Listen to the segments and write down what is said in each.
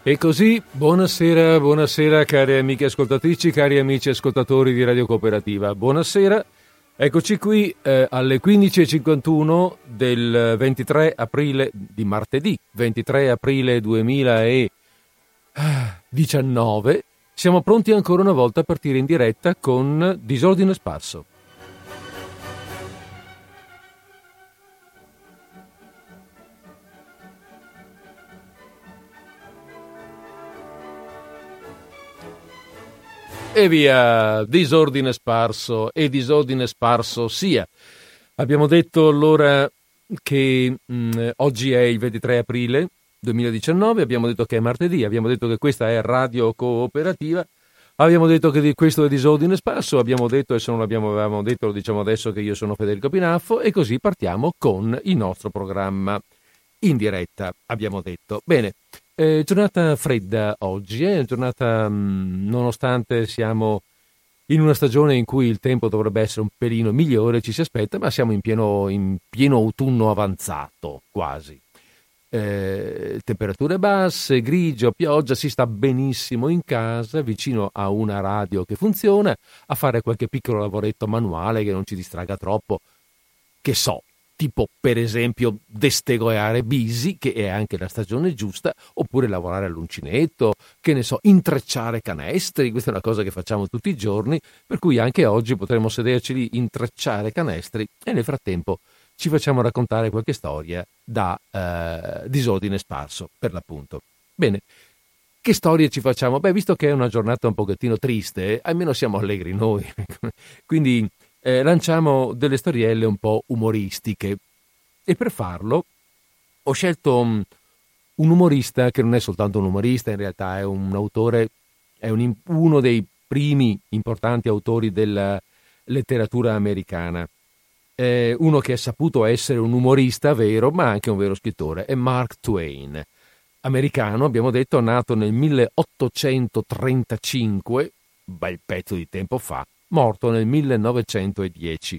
E così, buonasera cari amiche ascoltatrici, cari amici ascoltatori di Radio Cooperativa. Buonasera, eccoci qui alle 15.51 del 23 aprile di martedì, 23 aprile 2019. Siamo pronti ancora una volta a partire in diretta con Disordine Sparso. E via, disordine sparso e disordine sparso sia. Abbiamo detto allora che oggi è il 23 aprile 2019, abbiamo detto che è martedì, abbiamo detto che questa è Radio Cooperativa, abbiamo detto che di questo è disordine sparso, abbiamo detto, e se non l'avevamo detto lo diciamo adesso, che io sono Federico Pinaffo, e così partiamo con il nostro programma in diretta, abbiamo detto. Bene. Giornata fredda oggi, giornata nonostante siamo in una stagione in cui il tempo dovrebbe essere un pelino migliore, ci si aspetta, ma siamo in pieno autunno avanzato, quasi. Temperature basse, grigio, pioggia, si sta benissimo in casa, vicino a una radio che funziona, a fare qualche piccolo lavoretto manuale che non ci distraga troppo, che so. Tipo per esempio destegoiare bisi, che è anche la stagione giusta, oppure lavorare all'uncinetto, che ne so, intrecciare canestri, questa è una cosa che facciamo tutti i giorni, per cui anche oggi potremo sederci lì, intrecciare canestri e nel frattempo ci facciamo raccontare qualche storia da disordine sparso, per l'appunto. Bene, che storie ci facciamo? Beh, visto che è una giornata un pochettino triste, almeno siamo allegri noi, quindi lanciamo delle storielle un po' umoristiche, e per farlo ho scelto un umorista che non è soltanto un umorista, in realtà è un autore, è uno dei primi importanti autori della letteratura americana, è uno che è saputo essere un umorista vero, ma anche un vero scrittore, è Mark Twain, americano, abbiamo detto, nato nel 1835, bel pezzo di tempo fa, morto nel 1910.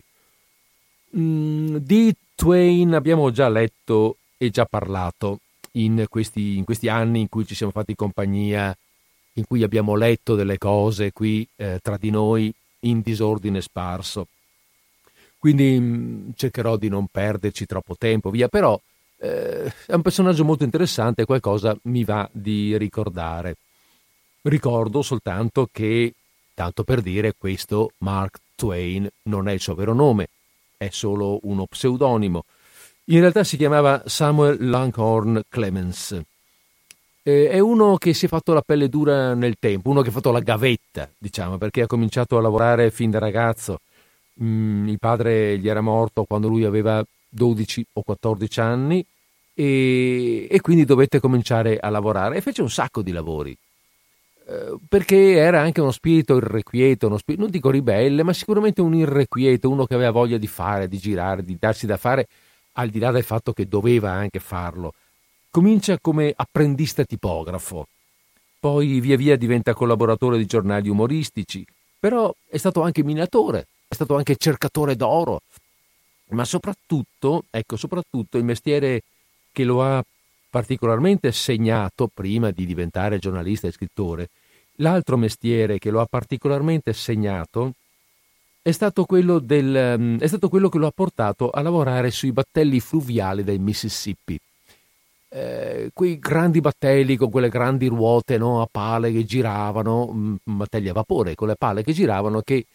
Di Twain abbiamo già letto e già parlato in questi anni in cui ci siamo fatti compagnia, in cui abbiamo letto delle cose qui tra di noi in disordine sparso. Quindi cercherò di non perderci troppo tempo, via, però è un personaggio molto interessante e qualcosa mi va di ricordare. Ricordo soltanto che, tanto per dire, questo Mark Twain non è il suo vero nome, è solo uno pseudonimo. In realtà si chiamava Samuel Langhorne Clemens. È uno che si è fatto la pelle dura nel tempo, uno che ha fatto la gavetta, diciamo, perché ha cominciato a lavorare fin da ragazzo. Il padre gli era morto quando lui aveva 12 o 14 anni e quindi dovette cominciare a lavorare e fece un sacco di lavori. Perché era anche uno spirito irrequieto, non dico ribelle, ma sicuramente un irrequieto, uno che aveva voglia di fare, di girare, di darsi da fare, al di là del fatto che doveva anche farlo. Comincia come apprendista tipografo, poi via via diventa collaboratore di giornali umoristici, però è stato anche minatore, è stato anche cercatore d'oro, ma soprattutto il mestiere che lo ha particolarmente segnato, prima di diventare giornalista e scrittore, l'altro mestiere che lo ha particolarmente segnato è stato quello che lo ha portato a lavorare sui battelli fluviali del Mississippi. Quei grandi battelli con quelle grandi ruote, no, a pale che giravano, battelli a vapore con le pale che giravano, che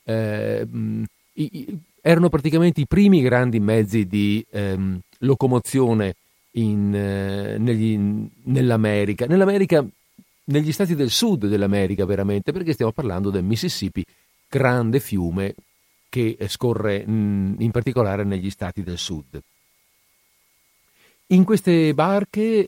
erano praticamente i primi grandi mezzi di locomozione nell'America, negli stati del sud dell'America veramente, perché stiamo parlando del Mississippi, grande fiume che scorre in particolare negli stati del sud. In queste barche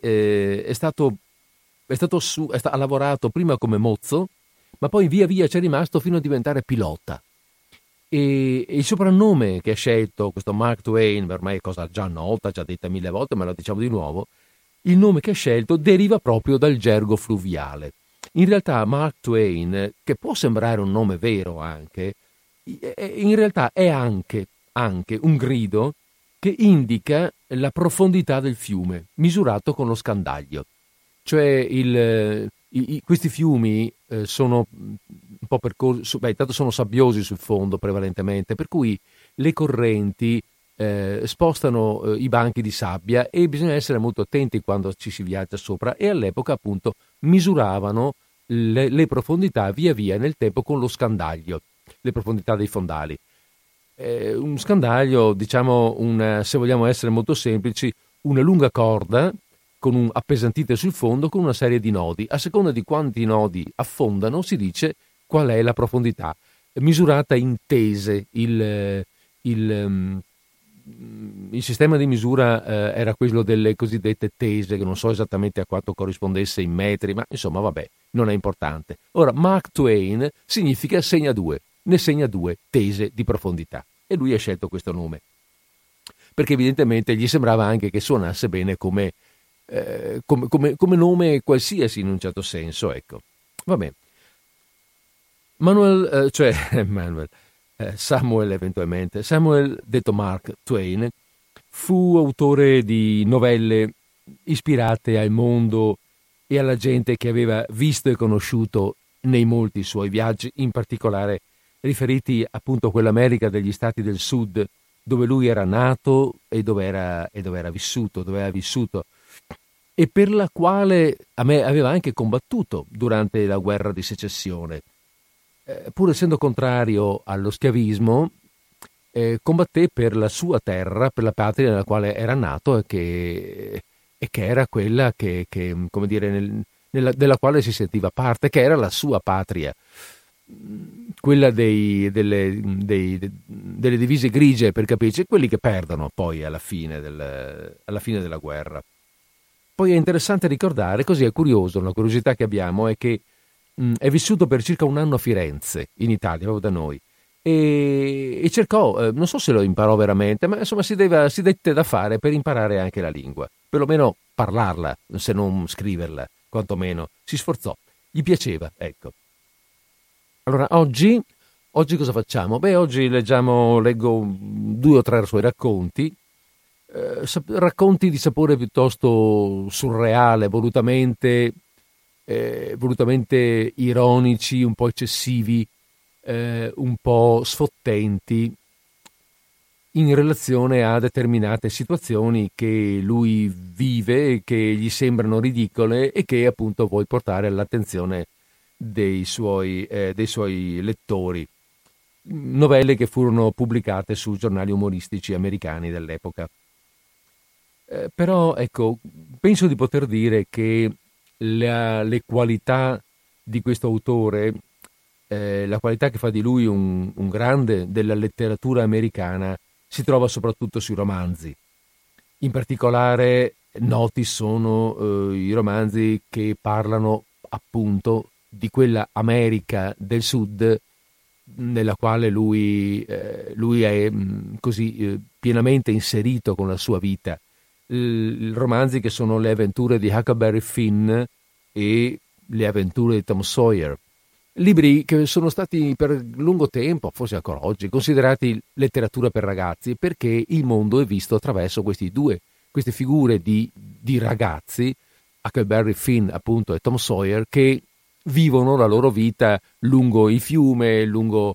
ha lavorato prima come mozzo, ma poi via via c'è rimasto fino a diventare pilota. E il soprannome che ha scelto questo Mark Twain, per me è cosa già nota, già detta 1000 volte, ma lo diciamo di nuovo, il nome che ha scelto deriva proprio dal gergo fluviale. In realtà Mark Twain, che può sembrare un nome vero anche, in realtà è anche un grido che indica la profondità del fiume, misurato con lo scandaglio. Cioè questi fiumi sono un po' percorsi, intanto sono sabbiosi sul fondo prevalentemente, per cui le correnti spostano i banchi di sabbia e bisogna essere molto attenti quando ci si viaggia sopra, e all'epoca appunto misuravano le profondità via via nel tempo con lo scandaglio, le profondità dei fondali. Un scandaglio, diciamo, se vogliamo essere molto semplici, una lunga corda appesantita sul fondo con una serie di nodi. A seconda di quanti nodi affondano si dice qual è la profondità, misurata in tese. Il sistema di misura era quello delle cosiddette tese, che non so esattamente a quanto corrispondesse in metri, ma insomma vabbè, non è importante. Ora, Mark Twain significa segna 2, ne segna 2 tese di profondità, e lui ha scelto questo nome perché evidentemente gli sembrava anche che suonasse bene come nome qualsiasi, in un certo senso, ecco. Vabbè. Samuel, eventualmente. Samuel, detto Mark Twain, fu autore di novelle ispirate al mondo e alla gente che aveva visto e conosciuto nei molti suoi viaggi, in particolare riferiti appunto a quell'America degli Stati del Sud, dove lui era nato e dove aveva vissuto, e per la quale aveva anche combattuto durante la guerra di secessione. Pur essendo contrario allo schiavismo, combatté per la sua terra, per la patria nella quale era nato e che era quella che come dire, della quale si sentiva parte, che era la sua patria, quella delle divise grigie, per capirci, quelli che perdono poi alla fine della guerra. Poi è interessante ricordare, così è curioso, una curiosità che abbiamo è che è vissuto per circa un anno a Firenze, in Italia, proprio da noi, e cercò, non so se lo imparò veramente, ma insomma si dette da fare per imparare anche la lingua, perlomeno parlarla, se non scriverla, quantomeno si sforzò, gli piaceva, ecco. Allora, oggi cosa facciamo? Beh, oggi leggo 2 o 3 suoi racconti, racconti di sapore piuttosto surreale, volutamente ironici, un po' eccessivi, un po' sfottenti in relazione a determinate situazioni che lui vive, che gli sembrano ridicole e che appunto vuoi portare all'attenzione dei suoi lettori. Novelle che furono pubblicate su giornali umoristici americani dell'epoca. Però ecco, penso di poter dire che le qualità di questo autore, la qualità che fa di lui un grande della letteratura americana, si trova soprattutto sui romanzi. In particolare noti sono i romanzi che parlano appunto di quella America del Sud nella quale lui è così pienamente inserito con la sua vita. Romanzi che sono le avventure di Huckleberry Finn e le avventure di Tom Sawyer, libri che sono stati per lungo tempo, forse ancora oggi, considerati letteratura per ragazzi, perché il mondo è visto attraverso queste figure di ragazzi, Huckleberry Finn appunto e Tom Sawyer, che vivono la loro vita lungo il fiume, lungo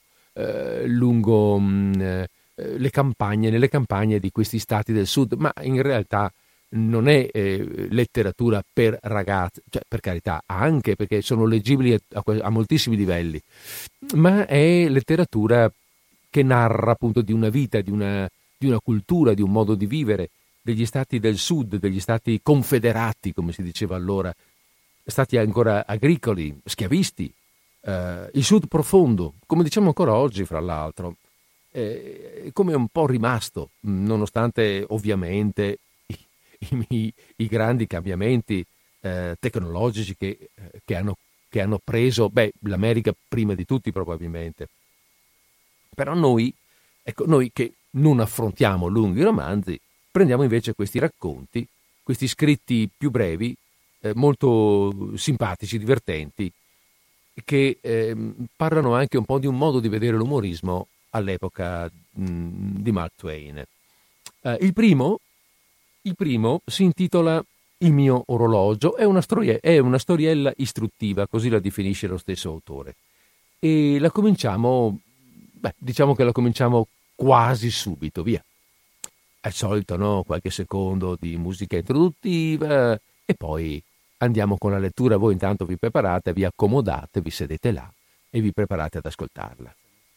le campagne, nelle campagne di questi stati del sud, ma in realtà non è letteratura per ragazzi, cioè per carità, anche perché sono leggibili a moltissimi livelli, ma è letteratura che narra appunto di una vita, di una cultura, di un modo di vivere degli stati del sud, degli stati confederati, come si diceva allora, stati ancora agricoli, schiavisti, il sud profondo, come diciamo ancora oggi, fra l'altro, come un po' rimasto, nonostante ovviamente i grandi cambiamenti tecnologici che hanno preso l'America prima di tutti probabilmente. Però noi che non affrontiamo lunghi romanzi, prendiamo invece questi racconti, questi scritti più brevi, molto simpatici, divertenti, che parlano anche un po' di un modo di vedere l'umorismo all'epoca di Mark Twain. Il primo si intitola Il mio orologio è una storiella istruttiva, così la definisce lo stesso autore. E la cominciamo, diciamo che la cominciamo quasi subito, via. Al solito, no? Qualche secondo di musica introduttiva e poi andiamo con la lettura. Voi intanto vi preparate, vi accomodate, vi sedete là e vi preparate ad ascoltarla.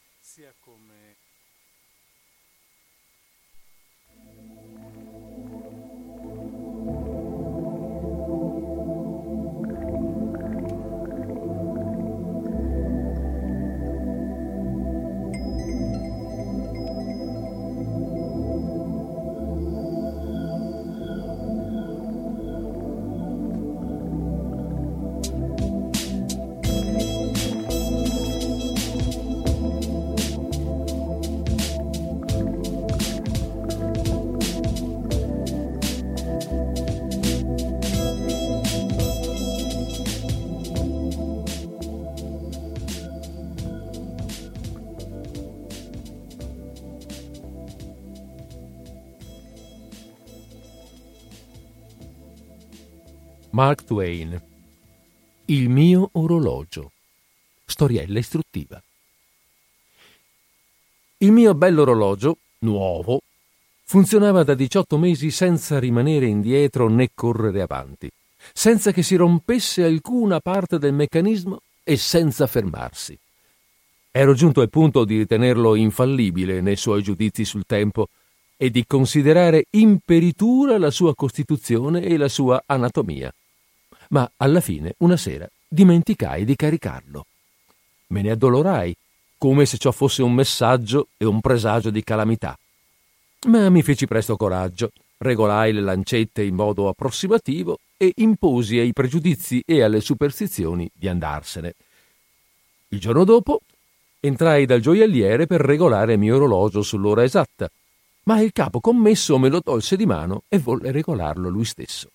Mark Twain. Il mio orologio. Storiella istruttiva. Il mio bell'orologio, nuovo, funzionava da 18 mesi senza rimanere indietro né correre avanti, senza che si rompesse alcuna parte del meccanismo e senza fermarsi. Ero giunto al punto di ritenerlo infallibile nei suoi giudizi sul tempo e di considerare imperitura la sua costituzione e la sua anatomia. Ma alla fine, una sera, dimenticai di caricarlo. Me ne addolorai, come se ciò fosse un messaggio e un presagio di calamità. Ma mi feci presto coraggio, regolai le lancette in modo approssimativo e imposi ai pregiudizi e alle superstizioni di andarsene. Il giorno dopo entrai dal gioielliere per regolare il mio orologio sull'ora esatta, ma il capo commesso me lo tolse di mano e volle regolarlo lui stesso.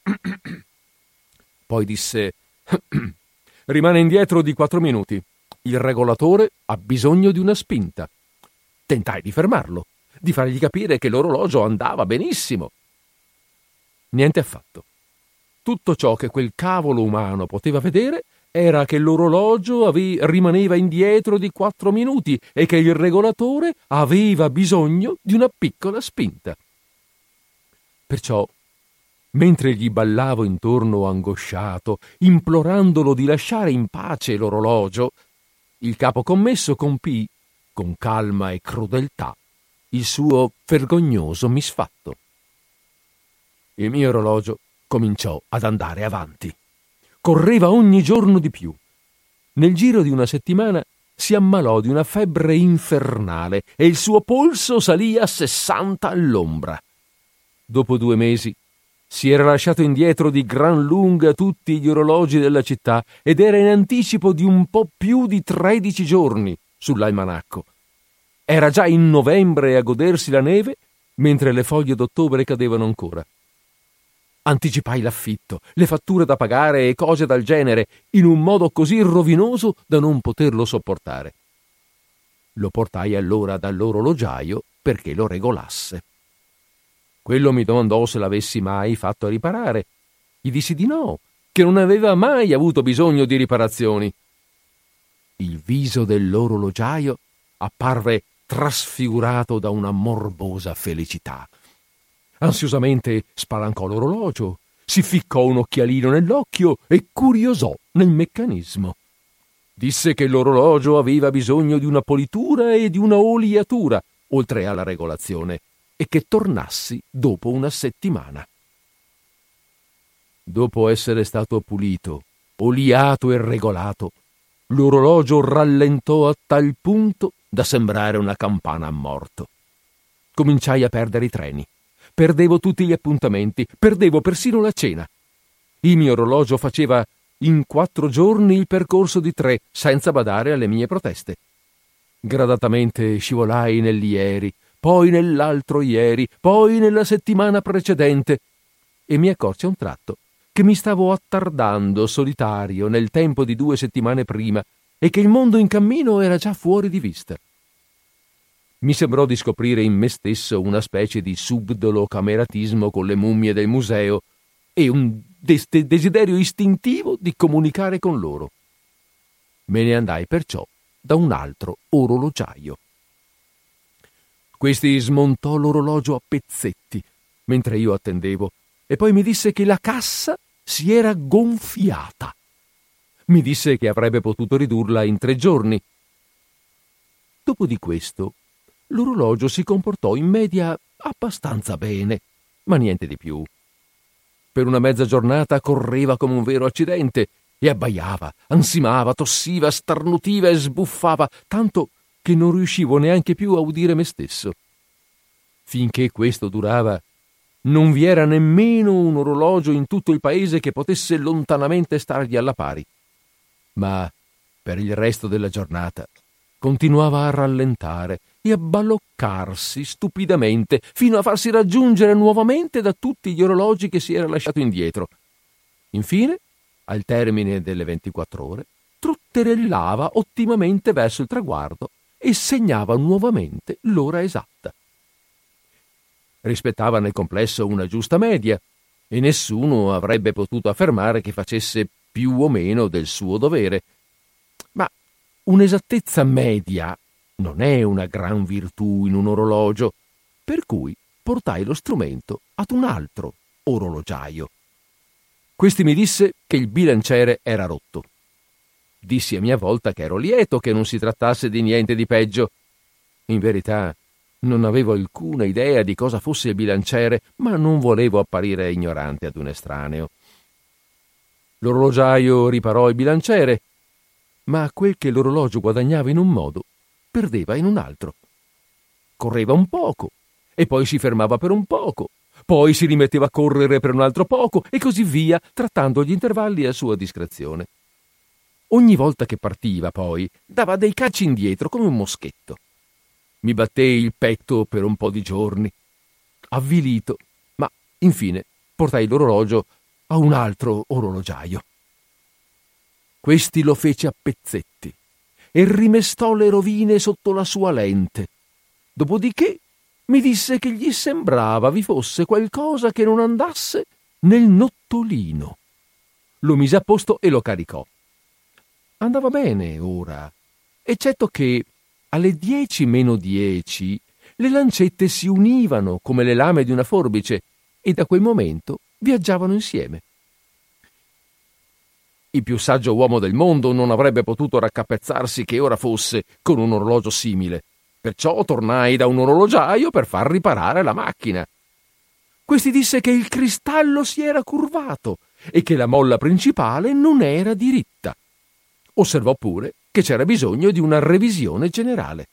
Poi disse: rimane indietro di 4 minuti. Il regolatore ha bisogno di una spinta. Tentai di fermarlo, di fargli capire che l'orologio andava benissimo. Niente affatto. Tutto ciò che quel cavolo umano poteva vedere era che l'orologio rimaneva indietro di 4 minuti e che il regolatore aveva bisogno di una piccola spinta. Perciò, mentre gli ballavo intorno angosciato, implorandolo di lasciare in pace l'orologio, il capo commesso compì, con calma e crudeltà, il suo vergognoso misfatto. Il mio orologio cominciò ad andare avanti. Correva ogni giorno di più. Nel giro di una settimana si ammalò di una febbre infernale e il suo polso salì a 60 all'ombra. Dopo 2 mesi si era lasciato indietro di gran lunga tutti gli orologi della città ed era in anticipo di un po' più di 13 giorni sull'almanacco. Era già in novembre a godersi la neve, mentre le foglie d'ottobre cadevano ancora. Anticipai l'affitto, le fatture da pagare e cose del genere, in un modo così rovinoso da non poterlo sopportare. Lo portai allora dall'orologiaio perché lo regolasse. Quello mi domandò se l'avessi mai fatto riparare. Gli dissi di no, che non aveva mai avuto bisogno di riparazioni. Il viso dell'orologiaio apparve trasfigurato da una morbosa felicità. Ansiosamente spalancò l'orologio, si ficcò un occhialino nell'occhio e curiosò nel meccanismo. Disse che l'orologio aveva bisogno di una politura e di una oliatura, oltre alla regolazione, e che tornassi dopo una settimana. Dopo essere stato pulito, oliato e regolato, l'orologio rallentò a tal punto da sembrare una campana a morto. Cominciai a perdere i treni. Perdevo tutti gli appuntamenti, perdevo persino la cena. Il mio orologio faceva in 4 giorni il percorso di 3, senza badare alle mie proteste. Gradatamente scivolai nell'ieri, poi nell'altro ieri, poi nella settimana precedente, e mi accorsi a un tratto che mi stavo attardando solitario nel tempo di 2 settimane prima e che il mondo in cammino era già fuori di vista. Mi sembrò di scoprire in me stesso una specie di subdolo cameratismo con le mummie del museo e un desiderio istintivo di comunicare con loro. Me ne andai perciò da un altro orologiaio. Questi smontò l'orologio a pezzetti mentre io attendevo e poi mi disse che la cassa si era gonfiata. Mi disse che avrebbe potuto ridurla in 3 giorni. Dopo di questo, l'orologio si comportò in media abbastanza bene, ma niente di più. Per una mezza giornata correva come un vero accidente e abbaiava, ansimava, tossiva, starnutiva e sbuffava, tanto che non riuscivo neanche più a udire me stesso. Finché questo durava, non vi era nemmeno un orologio in tutto il paese che potesse lontanamente stargli alla pari. Ma per il resto della giornata continuava a rallentare e a baloccarsi stupidamente fino a farsi raggiungere nuovamente da tutti gli orologi che si era lasciato indietro. Infine, al termine delle 24 ore, trotterellava ottimamente verso il traguardo e segnava nuovamente l'ora esatta. Rispettava nel complesso una giusta media e nessuno avrebbe potuto affermare che facesse più o meno del suo dovere. Ma un'esattezza media non è una gran virtù in un orologio, per cui portai lo strumento ad un altro orologiaio. Questi mi disse che il bilanciere era rotto. Dissi a mia volta che ero lieto che non si trattasse di niente di peggio. In verità non avevo alcuna idea di cosa fosse il bilanciere, ma non volevo apparire ignorante ad un estraneo. L'orologiaio riparò il bilanciere, ma quel che l'orologio guadagnava in un modo, perdeva in un altro. Correva un poco, e poi si fermava per un poco, poi si rimetteva a correre per un altro poco, e così via, trattando gli intervalli a sua discrezione. Ogni volta che partiva, poi, dava dei calci indietro come un moschetto. Mi battei il petto per un po' di giorni, avvilito, ma infine portai l'orologio a un altro orologiaio. Questi lo fece a pezzetti e rimestò le rovine sotto la sua lente. Dopodiché mi disse che gli sembrava vi fosse qualcosa che non andasse nel nottolino. Lo mise a posto e lo caricò. Andava bene ora, eccetto che alle 10 meno 10 le lancette si univano come le lame di una forbice e da quel momento viaggiavano insieme. Il più saggio uomo del mondo non avrebbe potuto raccapezzarsi che ora fosse con un orologio simile. Perciò tornai da un orologiaio per far riparare la macchina. Questi disse che il cristallo si era curvato e che la molla principale non era diritta. Osservò pure che c'era bisogno di una revisione generale.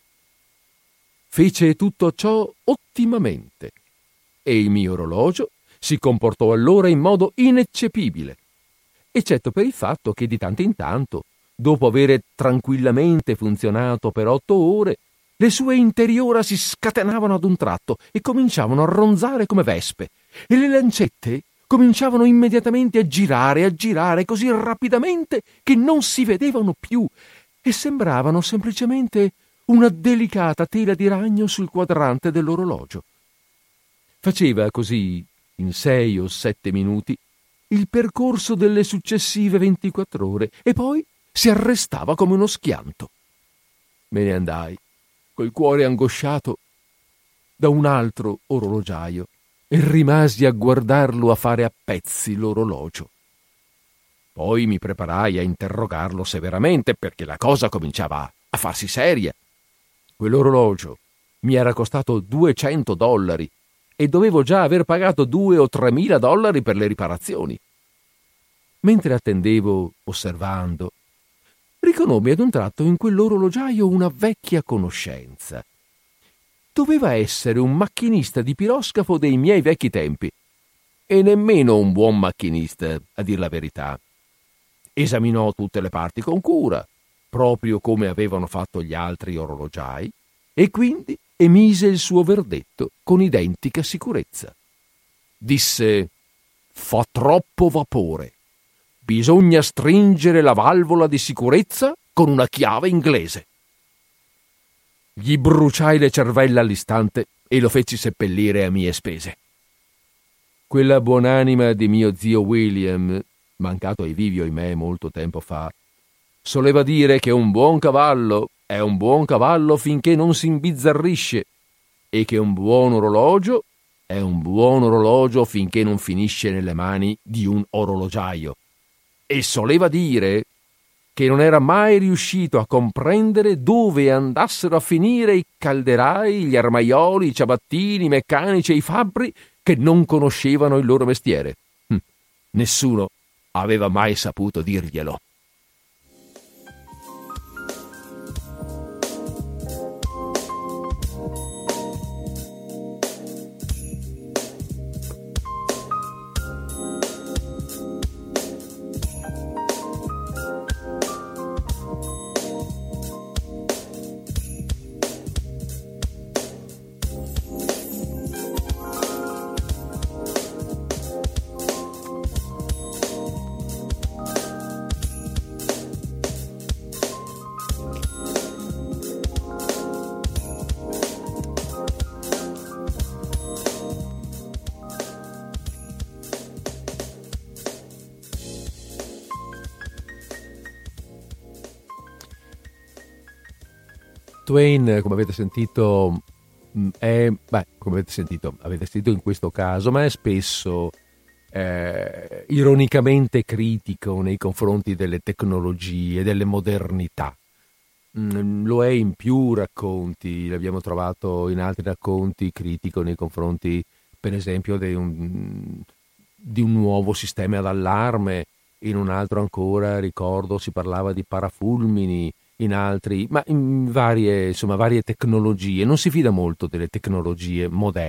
Fece tutto ciò ottimamente e il mio orologio si comportò allora in modo ineccepibile, eccetto per il fatto che di tanto in tanto, dopo avere tranquillamente funzionato per 8 ore, le sue interiora si scatenavano ad un tratto e cominciavano a ronzare come vespe, e le lancette cominciavano immediatamente a girare così rapidamente che non si vedevano più e sembravano semplicemente una delicata tela di ragno sul quadrante dell'orologio. Faceva così, in 6 o 7 minuti, il percorso delle successive 24 ore e poi si arrestava come uno schianto. Me ne andai, col cuore angosciato, da un altro orologiaio e rimasi a guardarlo a fare a pezzi l'orologio. Poi mi preparai a interrogarlo severamente perché la cosa cominciava a farsi seria. Quell'orologio mi era costato $200 e dovevo già aver pagato 2 o 3 mila dollari per le riparazioni. Mentre attendevo, osservando, riconobbi ad un tratto in quell'orologiaio una vecchia conoscenza. Doveva essere un macchinista di piroscafo dei miei vecchi tempi, e nemmeno un buon macchinista, a dir la verità. Esaminò tutte le parti con cura, proprio come avevano fatto gli altri orologiai, e quindi emise il suo verdetto con identica sicurezza. Disse: «Fa troppo vapore. Bisogna stringere la valvola di sicurezza con una chiave inglese». Gli bruciai le cervella all'istante e lo feci seppellire a mie spese. quella buonanima di mio zio William, mancato ai vivi, ahimè, molto tempo fa, soleva dire che un buon cavallo è un buon cavallo finché non si imbizzarrisce e che un buon orologio è un buon orologio finché non finisce nelle mani di un orologiaio. E soleva dire che non era mai riuscito a comprendere dove andassero a finire i calderai, gli armaioli, i ciabattini, i meccanici e i fabbri che non conoscevano il loro mestiere. Nessuno aveva mai saputo dirglielo. Twain, come avete sentito, avete sentito in questo caso, ma è spesso ironicamente critico nei confronti delle tecnologie, delle modernità. Lo è in più racconti, l'abbiamo trovato in altri racconti, critico nei confronti, per esempio, di un nuovo sistema d'allarme, in un altro ancora, ricordo, si parlava di parafulmini, in altri, ma in varie tecnologie. Non si fida molto delle tecnologie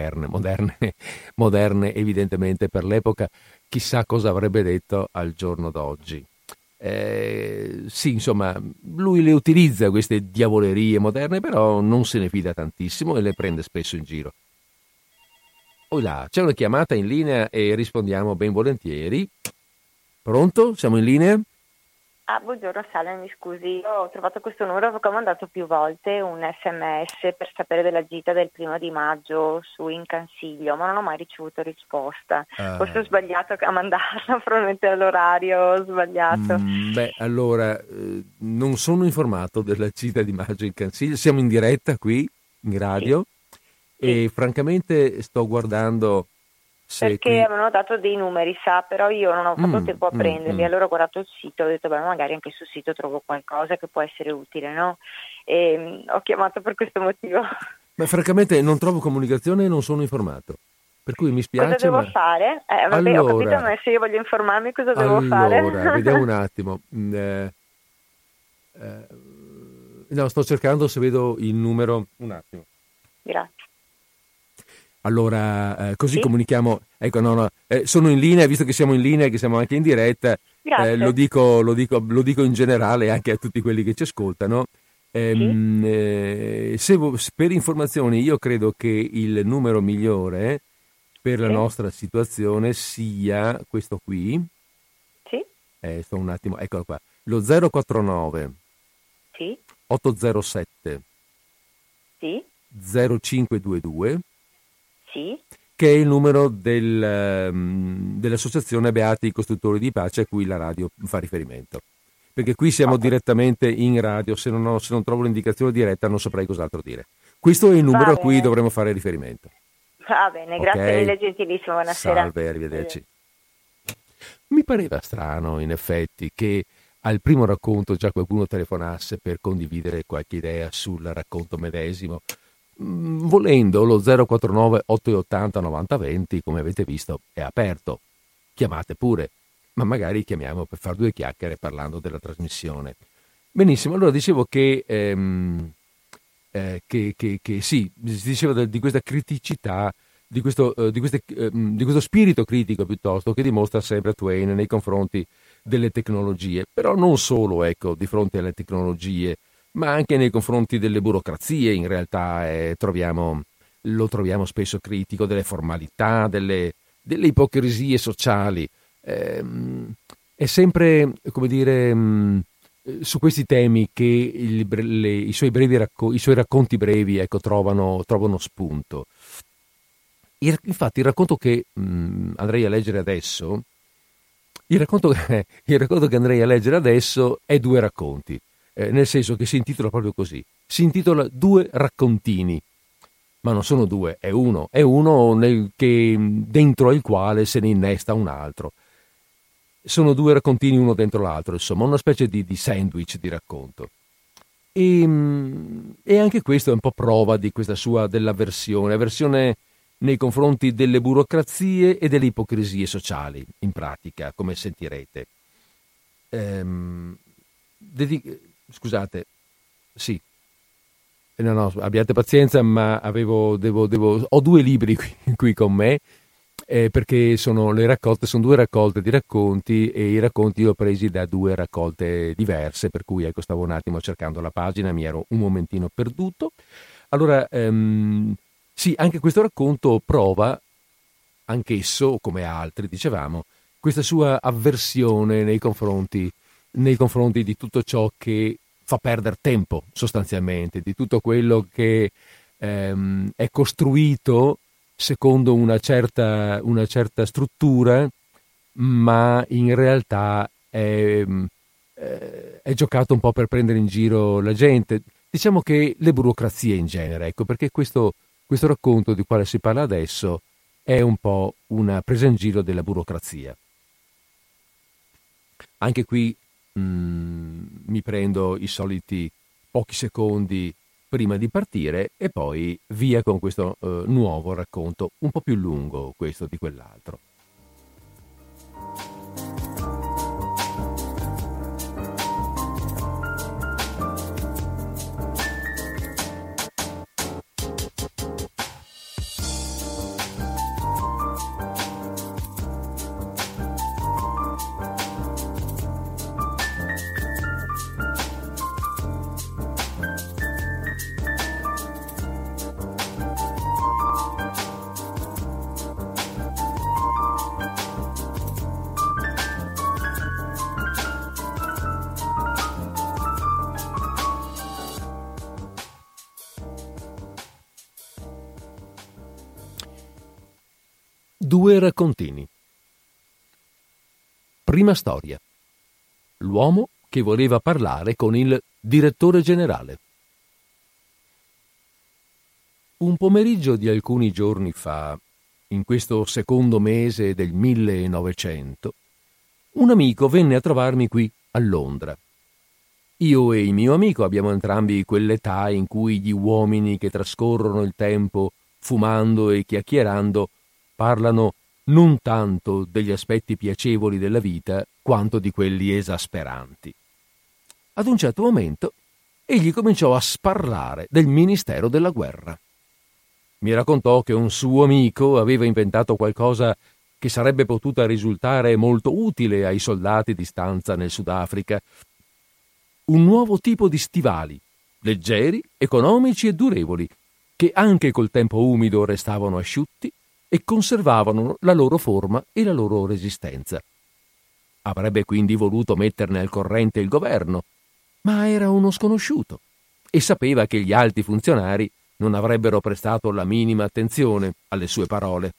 moderne evidentemente per l'epoca, chissà cosa avrebbe detto al giorno d'oggi. Sì, insomma, lui le utilizza queste diavolerie moderne, però non se ne fida tantissimo e le prende spesso in giro. Oh là, c'è una chiamata in linea e rispondiamo ben volentieri. Pronto? Siamo in linea? Buongiorno Sale, mi scusi, io ho trovato questo numero perché ho mandato più volte un SMS per sapere della gita del 1 maggio in Cansiglio, ma non ho mai ricevuto risposta. Forse ho sbagliato a mandarla, probabilmente all'orario sbagliato. Allora, non sono informato della gita di maggio in Cansiglio, siamo in diretta qui, in radio, e francamente sto guardando... Perché avevano dato dei numeri, però io non ho fatto tempo a prenderli, allora ho guardato il sito, ho detto magari anche sul sito trovo qualcosa che può essere utile, no? E ho chiamato per questo motivo. Ma francamente non trovo comunicazione e non sono informato, per cui mi spiace. Cosa devo fare? Allora, ho capito, ma se io voglio informarmi cosa devo fare? Allora, vediamo un attimo. No, sto cercando se vedo il numero. Un attimo. Grazie. Allora, così comunichiamo. Ecco, sono in linea, visto che siamo in linea e che siamo anche in diretta, lo dico in generale anche a tutti quelli che ci ascoltano. Per informazioni, io credo che il numero migliore per la nostra situazione sia questo qui. Sì. Sto un attimo, eccolo qua. Lo 049 807 0522. Sì. Che è il numero dell'associazione Beati Costruttori di Pace a cui la radio fa riferimento. Perché qui siamo direttamente in radio, se non trovo l'indicazione diretta non saprei cos'altro dire. Questo è il numero a cui dovremo fare riferimento. Va bene, grazie mille, gentilissimo, buonasera. Salve, arrivederci. Mi pareva strano, in effetti, che al primo racconto già qualcuno telefonasse per condividere qualche idea sul racconto medesimo. Volendo, lo 049 880 9020, come avete visto, è aperto. Chiamate pure, ma magari chiamiamo per far due chiacchiere parlando della trasmissione. Benissimo, allora dicevo che si diceva di questa criticità, di questo spirito critico piuttosto che dimostra sempre Twain nei confronti delle tecnologie, però non solo, di fronte alle tecnologie, ma anche nei confronti delle burocrazie. In realtà lo troviamo spesso critico delle formalità, delle ipocrisie sociali. È sempre, come dire, su questi temi che i suoi racconti brevi trovano spunto. Infatti il racconto che andrei a leggere adesso, il racconto che andrei a leggere adesso è due racconti, nel senso che si intitola proprio così, si intitola Due raccontini, ma non sono due, è uno dentro il quale se ne innesta un altro. Sono due raccontini uno dentro l'altro, insomma, una specie di sandwich di racconto. E anche questo è un po' prova di questa sua avversione nei confronti delle burocrazie e delle ipocrisie sociali, in pratica, come sentirete. Scusate, sì. No, abbiate pazienza, ma ho due libri qui con me, perché sono due raccolte di racconti, e i racconti li ho presi da due raccolte diverse, per cui ecco, stavo un attimo cercando la pagina, mi ero un momentino perduto. Allora, sì, anche questo racconto prova, anch'esso, come altri, dicevamo, questa sua avversione nei confronti di tutto ciò che fa perdere tempo, sostanzialmente, di tutto quello che è costruito secondo una certa struttura, ma in realtà è giocato un po' per prendere in giro la gente. Diciamo che le burocrazie in genere, ecco, perché questo racconto di quale si parla adesso è un po' una presa in giro della burocrazia. Anche qui mi prendo i soliti pochi secondi prima di partire e poi via con questo nuovo racconto, un po' più lungo questo di quell'altro. Due raccontini. Prima storia. L'uomo che voleva parlare con il direttore generale. Un pomeriggio di alcuni giorni fa, in questo secondo mese del 1900, un amico venne a trovarmi qui a Londra. Io e il mio amico abbiamo entrambi quell'età in cui gli uomini che trascorrono il tempo fumando e chiacchierando parlano non tanto degli aspetti piacevoli della vita quanto di quelli esasperanti. Ad un certo momento egli cominciò a sparlare del Ministero della Guerra. Mi raccontò che un suo amico aveva inventato qualcosa che sarebbe potuta risultare molto utile ai soldati di stanza nel Sudafrica. Un nuovo tipo di stivali, leggeri, economici e durevoli, che anche col tempo umido restavano asciutti e conservavano la loro forma e la loro resistenza. Avrebbe quindi voluto metterne al corrente il governo, ma era uno sconosciuto e sapeva che gli alti funzionari non avrebbero prestato la minima attenzione alle sue parole.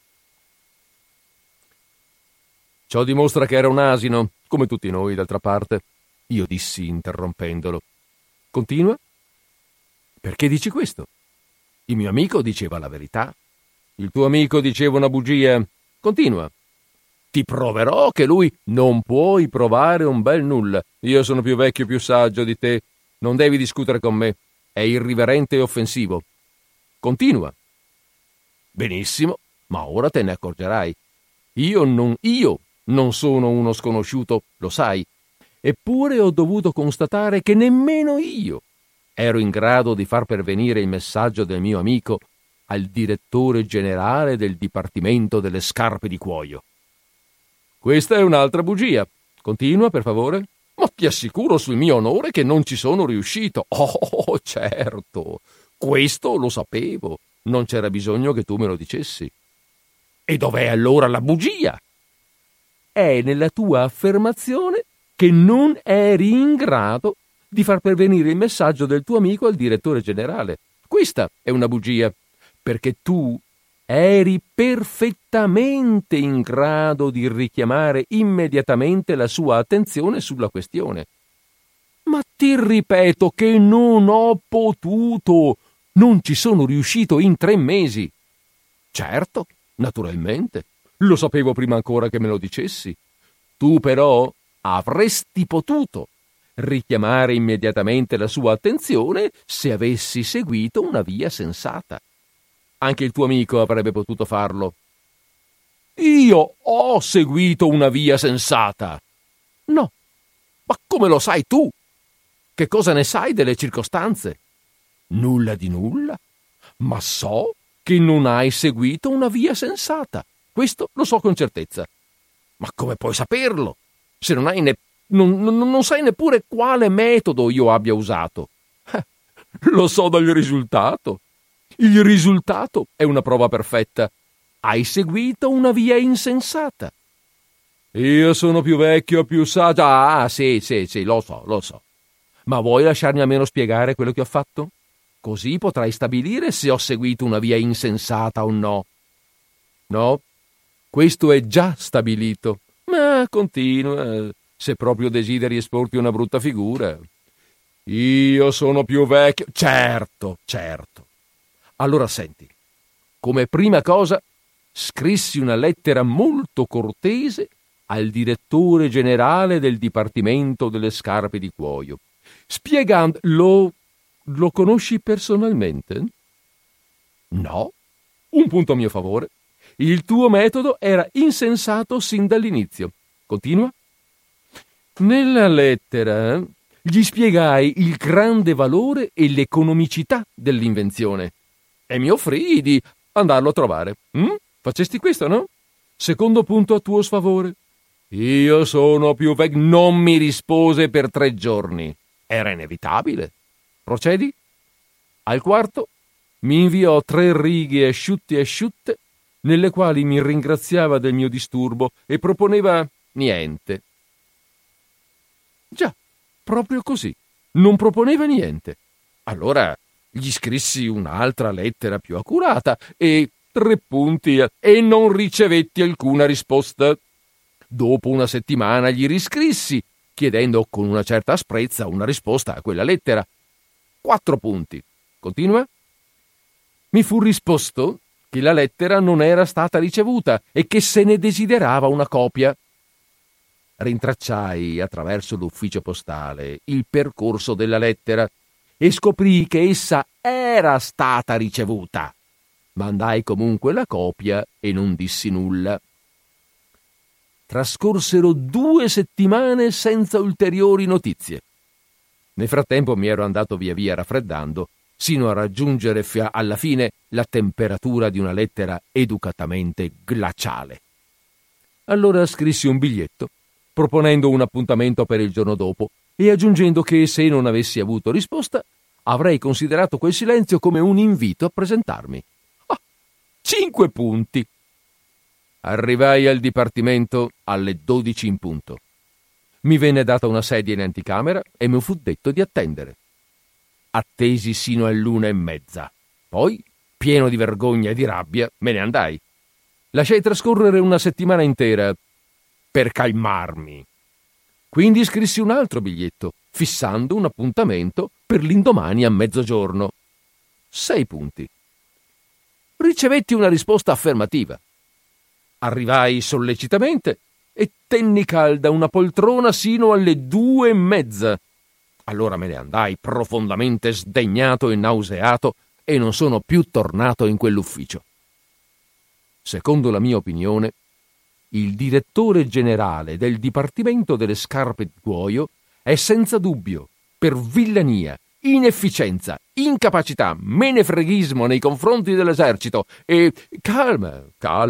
Ciò dimostra che era un asino, come tutti noi, d'altra parte, io dissi interrompendolo. Continua? Perché dici questo? Il mio amico diceva la verità. Il tuo amico diceva una bugia. Continua. Ti proverò che lui non puoi provare un bel nulla. Io sono più vecchio e più saggio di te. Non devi discutere con me. È irriverente e offensivo. Continua. Benissimo, ma ora te ne accorgerai. Io non sono uno sconosciuto, lo sai. Eppure ho dovuto constatare che nemmeno io ero in grado di far pervenire il messaggio del mio amico al direttore generale del Dipartimento delle Scarpe di Cuoio. Questa è un'altra bugia. Continua, per favore. Ma ti assicuro sul mio onore che non ci sono riuscito. Oh, certo. Questo lo sapevo. Non c'era bisogno che tu me lo dicessi. E dov'è allora la bugia? È nella tua affermazione che non eri in grado di far pervenire il messaggio del tuo amico al direttore generale. Questa è una bugia, perché tu eri perfettamente in grado di richiamare immediatamente la sua attenzione sulla questione. Ma ti ripeto che non ho potuto, non ci sono riuscito in 3 mesi. Certo, naturalmente, lo sapevo prima ancora che me lo dicessi. Tu però avresti potuto richiamare immediatamente la sua attenzione se avessi seguito una via sensata. Anche il tuo amico avrebbe potuto farlo. Io ho seguito una via sensata. No, ma come lo sai tu? Che cosa ne sai delle circostanze? Nulla di nulla, ma so che non hai seguito una via sensata. Questo lo so con certezza. Ma come puoi saperlo? Se non hai non sai neppure quale metodo io abbia usato. Lo so dal risultato. Il risultato è una prova perfetta. Hai seguito una via insensata. Io sono più vecchio, più saggio. Ah, sì, lo so. Ma vuoi lasciarmi almeno spiegare quello che ho fatto? Così potrai stabilire se ho seguito una via insensata o no. No, questo è già stabilito. Ma continua, se proprio desideri esporti una brutta figura. Io sono più vecchio. Certo. Allora senti, come prima cosa scrissi una lettera molto cortese al direttore generale del Dipartimento delle Scarpe di Cuoio, spiegando... Lo conosci personalmente? No? Un punto a mio favore. Il tuo metodo era insensato sin dall'inizio. Continua. Nella lettera gli spiegai il grande valore e l'economicità dell'invenzione e mi offrii di andarlo a trovare. Facesti questo, no? Secondo punto a tuo sfavore. Io sono più vecchio. Non mi rispose per 3 giorni. Era inevitabile. Procedi? Al quarto mi inviò 3 righe asciutte nelle quali mi ringraziava del mio disturbo e proponeva niente. Già, proprio così. Non proponeva niente. Allora gli scrissi un'altra lettera più accurata e 3 punti e non ricevetti alcuna risposta. Dopo una settimana gli riscrissi, chiedendo con una certa asprezza una risposta a quella lettera. 4 punti. Continua. Mi fu risposto che la lettera non era stata ricevuta e che se ne desiderava una copia. Rintracciai attraverso l'ufficio postale il percorso della lettera e scoprii che essa era stata ricevuta. Mandai comunque la copia e non dissi nulla. Trascorsero 2 settimane senza ulteriori notizie. Nel frattempo mi ero andato via via raffreddando, sino a raggiungere alla fine la temperatura di una lettera educatamente glaciale. Allora scrissi un biglietto, proponendo un appuntamento per il giorno dopo e aggiungendo che se non avessi avuto risposta avrei considerato quel silenzio come un invito a presentarmi. 5 punti. Arrivai al dipartimento alle 12 in punto. Mi venne data una sedia in anticamera e mi fu detto di attendere. Attesi sino all'1:30. Poi, pieno di vergogna e di rabbia, me ne andai. Lasciai trascorrere una settimana intera per calmarmi. Quindi scrissi un altro biglietto, fissando un appuntamento per l'indomani a 12:00. 6 punti. Ricevetti una risposta affermativa. Arrivai sollecitamente e tenni calda una poltrona sino alle 2:30. Allora me ne andai profondamente sdegnato e nauseato e non sono più tornato in quell'ufficio. Secondo la mia opinione, il direttore generale del Dipartimento delle Scarpe di Cuoio è senza dubbio, per villania, inefficienza, incapacità, menefreghismo nei confronti dell'esercito e... Calma.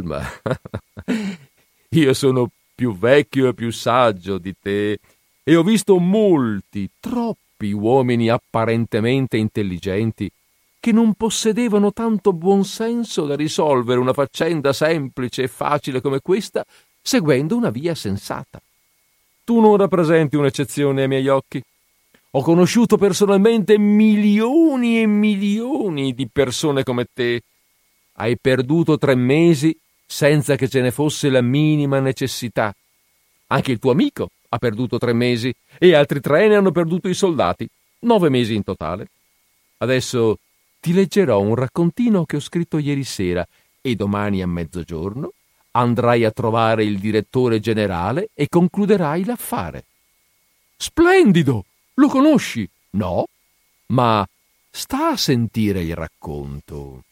Io sono più vecchio e più saggio di te e ho visto molti, troppi uomini apparentemente intelligenti che non possedevano tanto buonsenso da risolvere una faccenda semplice e facile come questa seguendo una via sensata. Tu non rappresenti un'eccezione ai miei occhi. Ho conosciuto personalmente milioni e milioni di persone come te hai perduto 3 mesi senza che ce ne fosse la minima necessità. Anche il tuo amico ha perduto 3 mesi e altri 3 ne hanno perduto i soldati. 9 mesi in totale. Adesso ti leggerò un raccontino che ho scritto ieri sera e domani a mezzogiorno andrai a trovare il direttore generale e concluderai l'affare. Splendido! Lo conosci? No? Ma sta a sentire il racconto.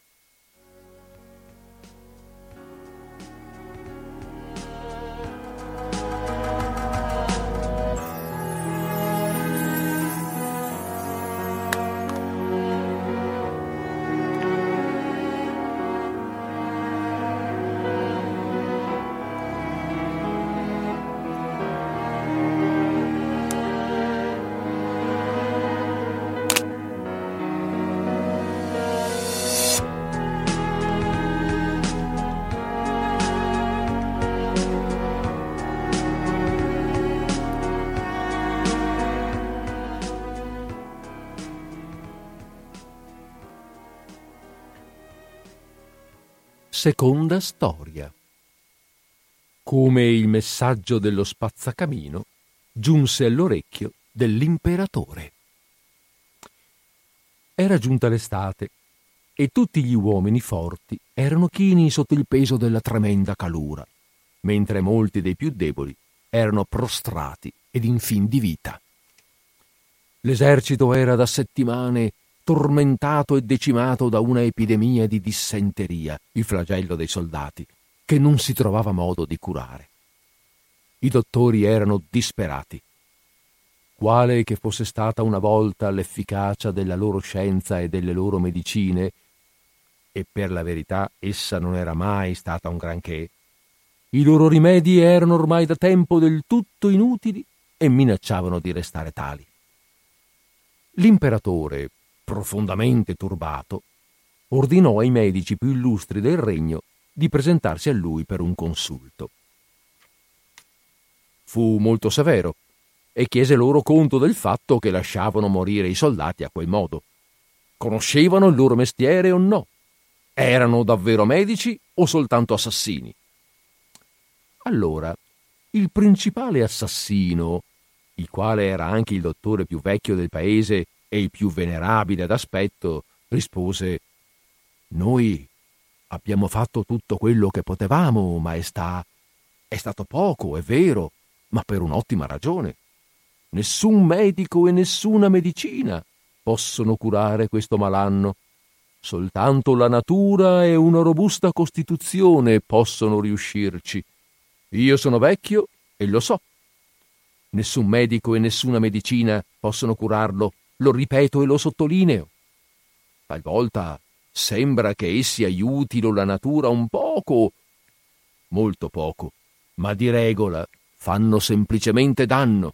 Seconda storia. Come il messaggio dello spazzacamino giunse all'orecchio dell'imperatore. Era giunta l'estate e tutti gli uomini forti erano chini sotto il peso della tremenda calura, mentre molti dei più deboli erano prostrati ed in fin di vita. L'esercito era da settimane tormentato e decimato da una epidemia di dissenteria, il flagello dei soldati, che non si trovava modo di curare. I dottori erano disperati. Quale che fosse stata una volta l'efficacia della loro scienza e delle loro medicine, e per la verità essa non era mai stata un granché, i loro rimedi erano ormai da tempo del tutto inutili e minacciavano di restare tali. L'imperatore, profondamente turbato, ordinò ai medici più illustri del regno di presentarsi a lui per un consulto. Fu molto severo e chiese loro conto del fatto che lasciavano morire i soldati a quel modo. Conoscevano il loro mestiere o no? Erano davvero medici o soltanto assassini? Allora, il principale assassino, il quale era anche il dottore più vecchio del paese e il più venerabile d'aspetto, rispose: «Noi abbiamo fatto tutto quello che potevamo, maestà. È stato poco, è vero, ma per un'ottima ragione. Nessun medico e nessuna medicina possono curare questo malanno. Soltanto la natura e una robusta costituzione possono riuscirci. Io sono vecchio e lo so. Nessun medico e nessuna medicina possono curarlo, lo ripeto e lo sottolineo. Talvolta sembra che essi aiutino la natura un poco, molto poco, ma di regola fanno semplicemente danno».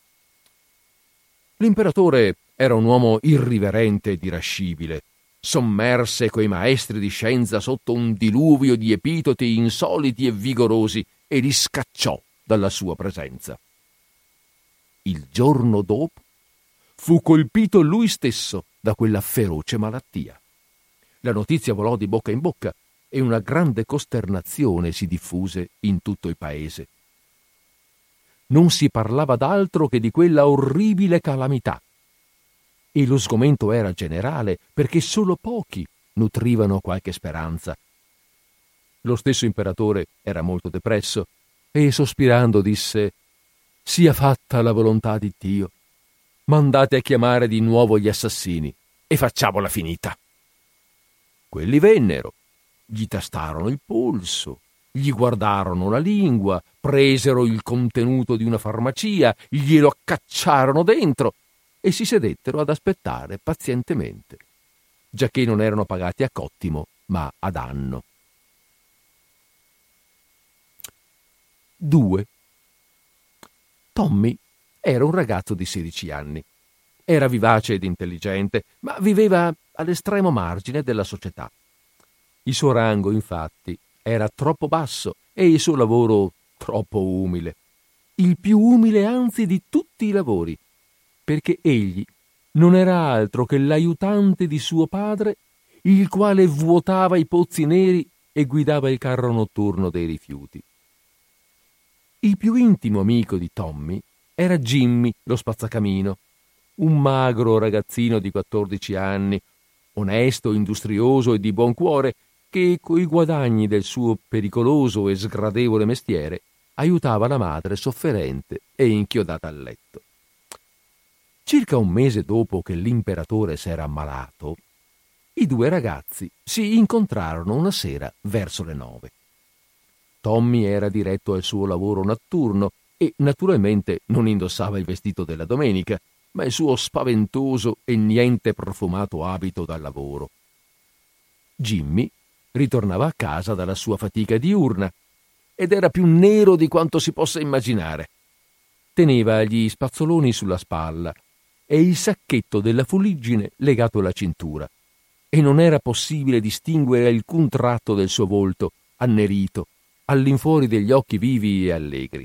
L'imperatore era un uomo irriverente ed irascibile, sommerse quei maestri di scienza sotto un diluvio di epiteti insoliti e vigorosi e li scacciò dalla sua presenza. Il giorno dopo fu colpito lui stesso da quella feroce malattia. La notizia volò di bocca in bocca e una grande costernazione si diffuse in tutto il paese. Non si parlava d'altro che di quella orribile calamità e lo sgomento era generale perché solo pochi nutrivano qualche speranza. Lo stesso imperatore era molto depresso e sospirando disse: «Sia fatta la volontà di Dio. Mandate a chiamare di nuovo gli assassini e facciamola finita». Quelli vennero, gli tastarono il polso, gli guardarono la lingua, presero il contenuto di una farmacia, glielo accacciarono dentro e si sedettero ad aspettare pazientemente, giacché non erano pagati a cottimo, ma ad anno. 2. Tommy era un ragazzo di 16 anni. Era vivace ed intelligente, ma viveva all'estremo margine della società. Il suo rango, infatti, era troppo basso e il suo lavoro troppo umile. Il più umile anzi di tutti i lavori, perché egli non era altro che l'aiutante di suo padre il quale vuotava i pozzi neri e guidava il carro notturno dei rifiuti. Il più intimo amico di Tommy era Jimmy, lo spazzacamino, un magro ragazzino di 14 anni, onesto, industrioso e di buon cuore, che coi guadagni del suo pericoloso e sgradevole mestiere aiutava la madre sofferente e inchiodata al letto. Circa un mese dopo che l'imperatore s'era ammalato, i due ragazzi si incontrarono una sera verso le 9. Tommy era diretto al suo lavoro notturno e naturalmente non indossava il vestito della domenica, ma il suo spaventoso e niente profumato abito da lavoro. Jimmy ritornava a casa dalla sua fatica diurna ed era più nero di quanto si possa immaginare. Teneva gli spazzoloni sulla spalla e il sacchetto della fuliggine legato alla cintura, e non era possibile distinguere alcun tratto del suo volto annerito, all'infuori degli occhi vivi e allegri.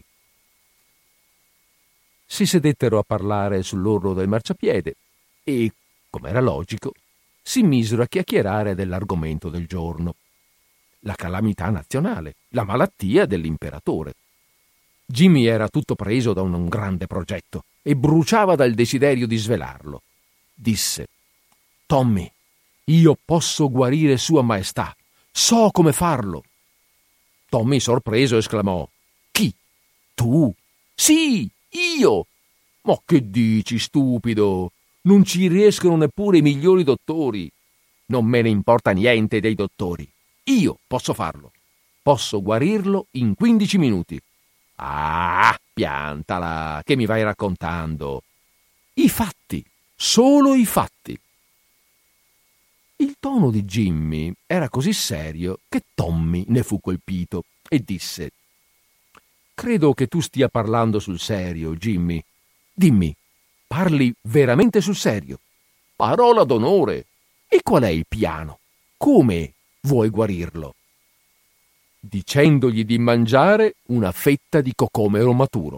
Si sedettero a parlare sull'orlo del marciapiede e, come era logico, si misero a chiacchierare dell'argomento del giorno: la calamità nazionale, la malattia dell'imperatore. Jimmy era tutto preso da un grande progetto e bruciava dal desiderio di svelarlo. Disse: «Tommy, io posso guarire Sua Maestà, so come farlo». Tommy, sorpreso, esclamò: «Chi? Tu?» «Sì, io!» «Ma che dici, stupido? Non ci riescono neppure i migliori dottori». «Non me ne importa niente dei dottori. Io posso farlo. Posso guarirlo in 15 minuti». «Ah, piantala, che mi vai raccontando?» «I fatti, solo i fatti». Il tono di Jimmy era così serio che Tommy ne fu colpito e disse: «Credo che tu stia parlando sul serio, Jimmy. Dimmi, parli veramente sul serio?» «Parola d'onore». «E qual è il piano? Come vuoi guarirlo?» «Dicendogli di mangiare una fetta di cocomero maturo».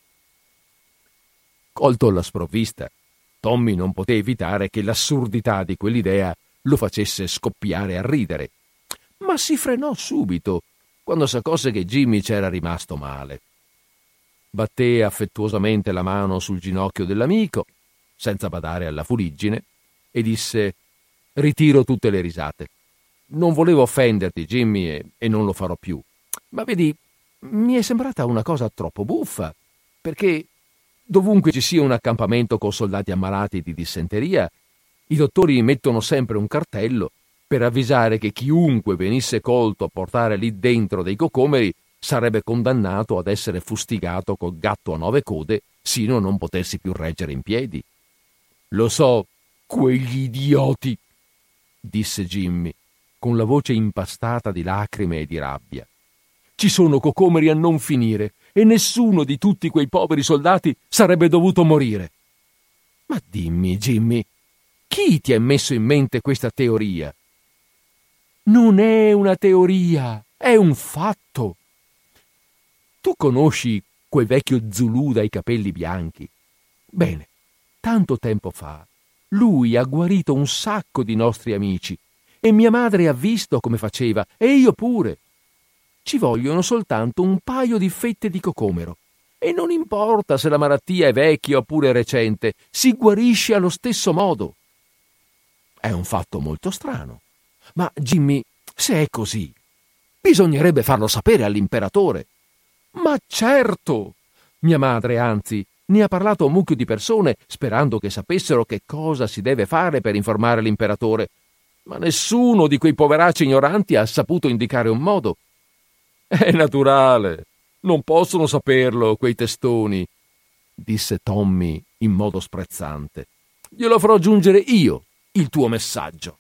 Colto alla sprovvista, Tommy non poté evitare che l'assurdità di quell'idea lo facesse scoppiare a ridere, ma si frenò subito quando s'accorse che Jimmy c'era rimasto male. Batté affettuosamente la mano sul ginocchio dell'amico, senza badare alla fuliggine, e disse: «Ritiro tutte le risate. Non volevo offenderti, Jimmy, e non lo farò più. Ma vedi, mi è sembrata una cosa troppo buffa, perché dovunque ci sia un accampamento con soldati ammalati di dissenteria, i dottori mettono sempre un cartello per avvisare che chiunque venisse colto a portare lì dentro dei cocomeri sarebbe condannato ad essere fustigato col gatto a 9 code sino a non potersi più reggere in piedi». «Lo so, quegli idioti», disse Jimmy, con la voce impastata di lacrime e di rabbia. «Ci sono cocomeri a non finire e nessuno di tutti quei poveri soldati sarebbe dovuto morire». «Ma dimmi, Jimmy, chi ti ha messo in mente questa teoria?» «Non è una teoria, è un fatto. Tu conosci quel vecchio Zulù dai capelli bianchi? Bene, tanto tempo fa lui ha guarito un sacco di nostri amici e mia madre ha visto come faceva, e io pure. Ci vogliono soltanto un paio di fette di cocomero e non importa se la malattia è vecchia oppure recente, si guarisce allo stesso modo. È un fatto molto strano, ma Jimmy, se è così, bisognerebbe farlo sapere all'imperatore». «Ma certo! Mia madre, anzi, ne ha parlato a un mucchio di persone sperando che sapessero che cosa si deve fare per informare l'imperatore, ma nessuno di quei poveracci ignoranti ha saputo indicare un modo». «È naturale, non possono saperlo quei testoni», disse Tommy in modo sprezzante. «Glielo farò giungere io, il tuo messaggio».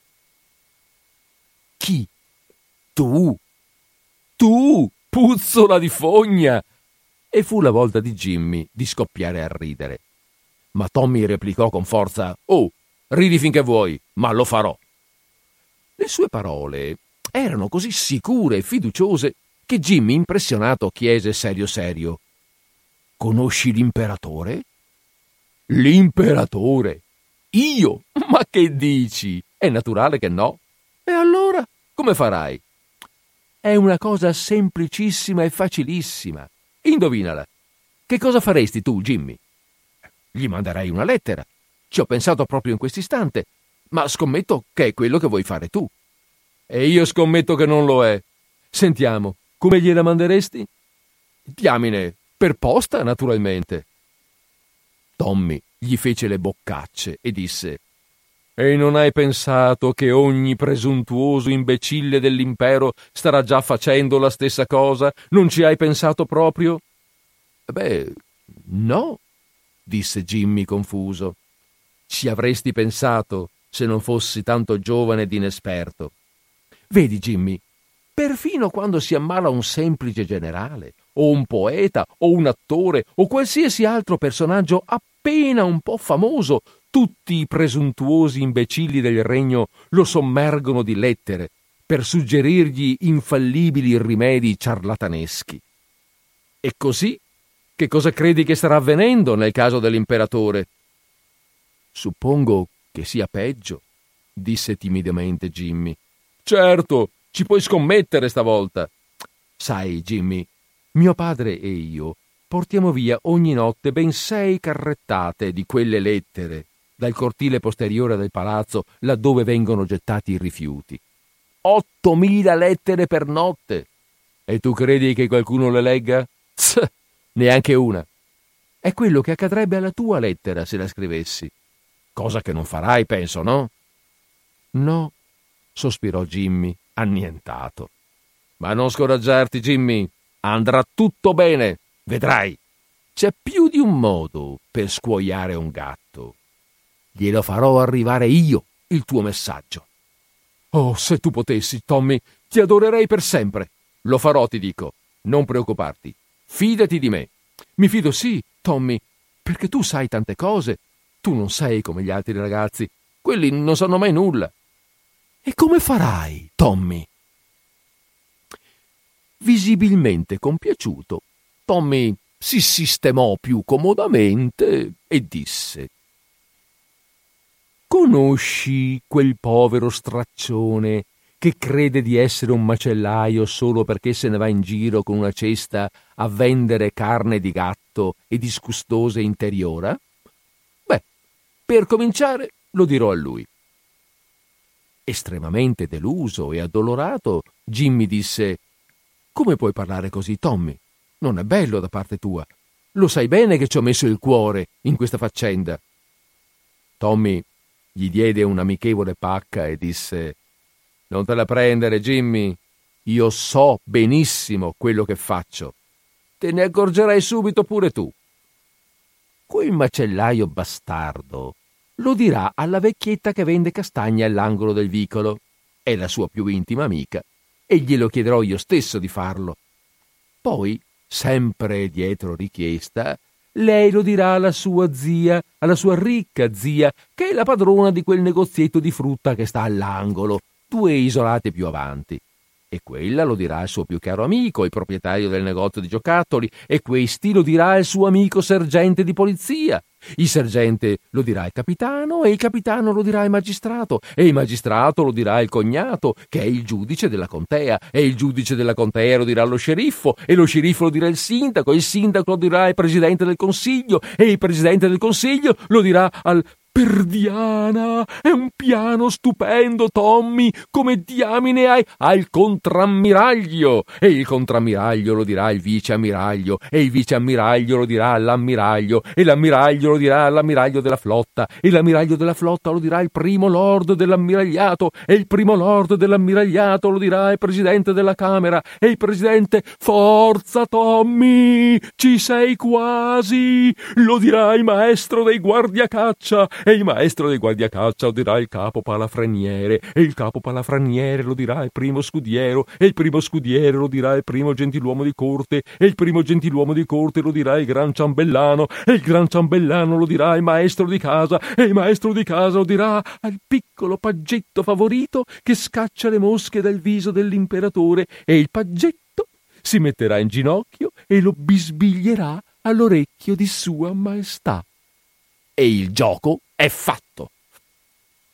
«Chi? Tu? Tu, puzzola di fogna!» E fu la volta di Jimmy di scoppiare a ridere. Ma Tommy replicò con forza: «Oh, ridi finché vuoi, ma lo farò». Le sue parole erano così sicure e fiduciose che Jimmy, impressionato, chiese serio: «Conosci l'imperatore?» «L'imperatore? Io? Ma che dici? È naturale che no. E allora come farai? È una cosa semplicissima e facilissima. Indovinala. Che cosa faresti tu, Jimmy? Gli manderei una lettera. Ci ho pensato proprio in quest'istante, ma scommetto che è quello che vuoi fare tu. E io scommetto che non lo è. Sentiamo, come gliela manderesti? Diamine, per posta, naturalmente. Tommy gli fece le boccacce e disse: E non hai pensato che ogni presuntuoso imbecille dell'impero starà già facendo la stessa cosa? Non ci hai pensato proprio? Beh, no, disse Jimmy confuso. Ci avresti pensato se non fossi tanto giovane ed inesperto. Vedi, Jimmy, perfino quando si ammala un semplice generale, o un poeta, o un attore, o qualsiasi altro personaggio appena un po' famoso, tutti i presuntuosi imbecilli del regno lo sommergono di lettere per suggerirgli infallibili rimedi ciarlataneschi. E così, che cosa credi che starà avvenendo nel caso dell'imperatore? Suppongo che sia peggio, disse timidamente Jimmy. Certo, ci puoi scommettere stavolta. Sai, Jimmy, mio padre e io portiamo via ogni notte ben 6 carrettate di quelle lettere dal cortile posteriore del palazzo, laddove vengono gettati i rifiuti. 8.000 lettere per notte! E tu credi che qualcuno le legga? Tss, neanche una. È quello che accadrebbe alla tua lettera se la scrivessi. Cosa che non farai, penso, no? No, sospirò Jimmy, annientato. Ma non scoraggiarti, Jimmy. Andrà tutto bene, vedrai. C'è più di un modo per scuoiare un gatto. Glielo farò arrivare io, il tuo messaggio. Oh, se tu potessi, Tommy, ti adorerei per sempre. Lo farò, ti dico. Non preoccuparti. Fidati di me. Mi fido, sì, Tommy, perché tu sai tante cose. Tu non sei come gli altri ragazzi. Quelli non sanno mai nulla. E come farai, Tommy? Visibilmente compiaciuto, Tommy si sistemò più comodamente e disse: Conosci quel povero straccione che crede di essere un macellaio solo perché se ne va in giro con una cesta a vendere carne di gatto e disgustose interiora? Beh, per cominciare lo dirò a lui. Estremamente deluso e addolorato, Jimmy disse: Come puoi parlare così, Tommy? Non è bello da parte tua. Lo sai bene che ci ho messo il cuore in questa faccenda. Tommy gli diede un'amichevole pacca e disse: Non te la prendere, Jimmy. Io so benissimo quello che faccio. Te ne accorgerai subito pure tu. Quel macellaio bastardo lo dirà alla vecchietta che vende castagne all'angolo del vicolo. È la sua più intima amica e glielo chiederò io stesso di farlo. Poi, sempre dietro richiesta, lei lo dirà alla sua zia, alla sua ricca zia, che è la padrona di quel negozietto di frutta che sta all'angolo, 2 isolate più avanti. E quella lo dirà al suo più caro amico, il proprietario del negozio di giocattoli, e questi lo dirà al suo amico sergente di polizia. Il sergente lo dirà al capitano e il capitano lo dirà al magistrato e il magistrato lo dirà al cognato, che è il giudice della contea, e il giudice della contea lo dirà allo sceriffo e lo sceriffo lo dirà al sindaco e il sindaco lo dirà al presidente del consiglio e il presidente del consiglio lo dirà al... Perdiana, è un piano stupendo, Tommy, come diamine hai al contrammiraglio, e il contrammiraglio lo dirà il viceammiraglio, e il viceammiraglio lo dirà all'ammiraglio, e l'ammiraglio lo dirà all'ammiraglio della flotta, e l'ammiraglio della flotta lo dirà il primo lord dell'ammiragliato, e il primo lord dell'ammiragliato lo dirà il presidente della camera, e il presidente, forza Tommy, ci sei quasi, lo dirà il maestro dei guardiacaccia, e il maestro dei guardiacaccia lo dirà il capo palafreniere, e il capo palafreniere lo dirà il primo scudiero, e il primo scudiero lo dirà il primo gentiluomo di corte, e il primo gentiluomo di corte lo dirà il gran ciambellano, e il gran ciambellano lo dirà il maestro di casa, e il maestro di casa lo dirà al piccolo paggetto favorito che scaccia le mosche dal viso dell'imperatore, e il paggetto si metterà in ginocchio e lo bisbiglierà all'orecchio di sua maestà. E il gioco è fatto.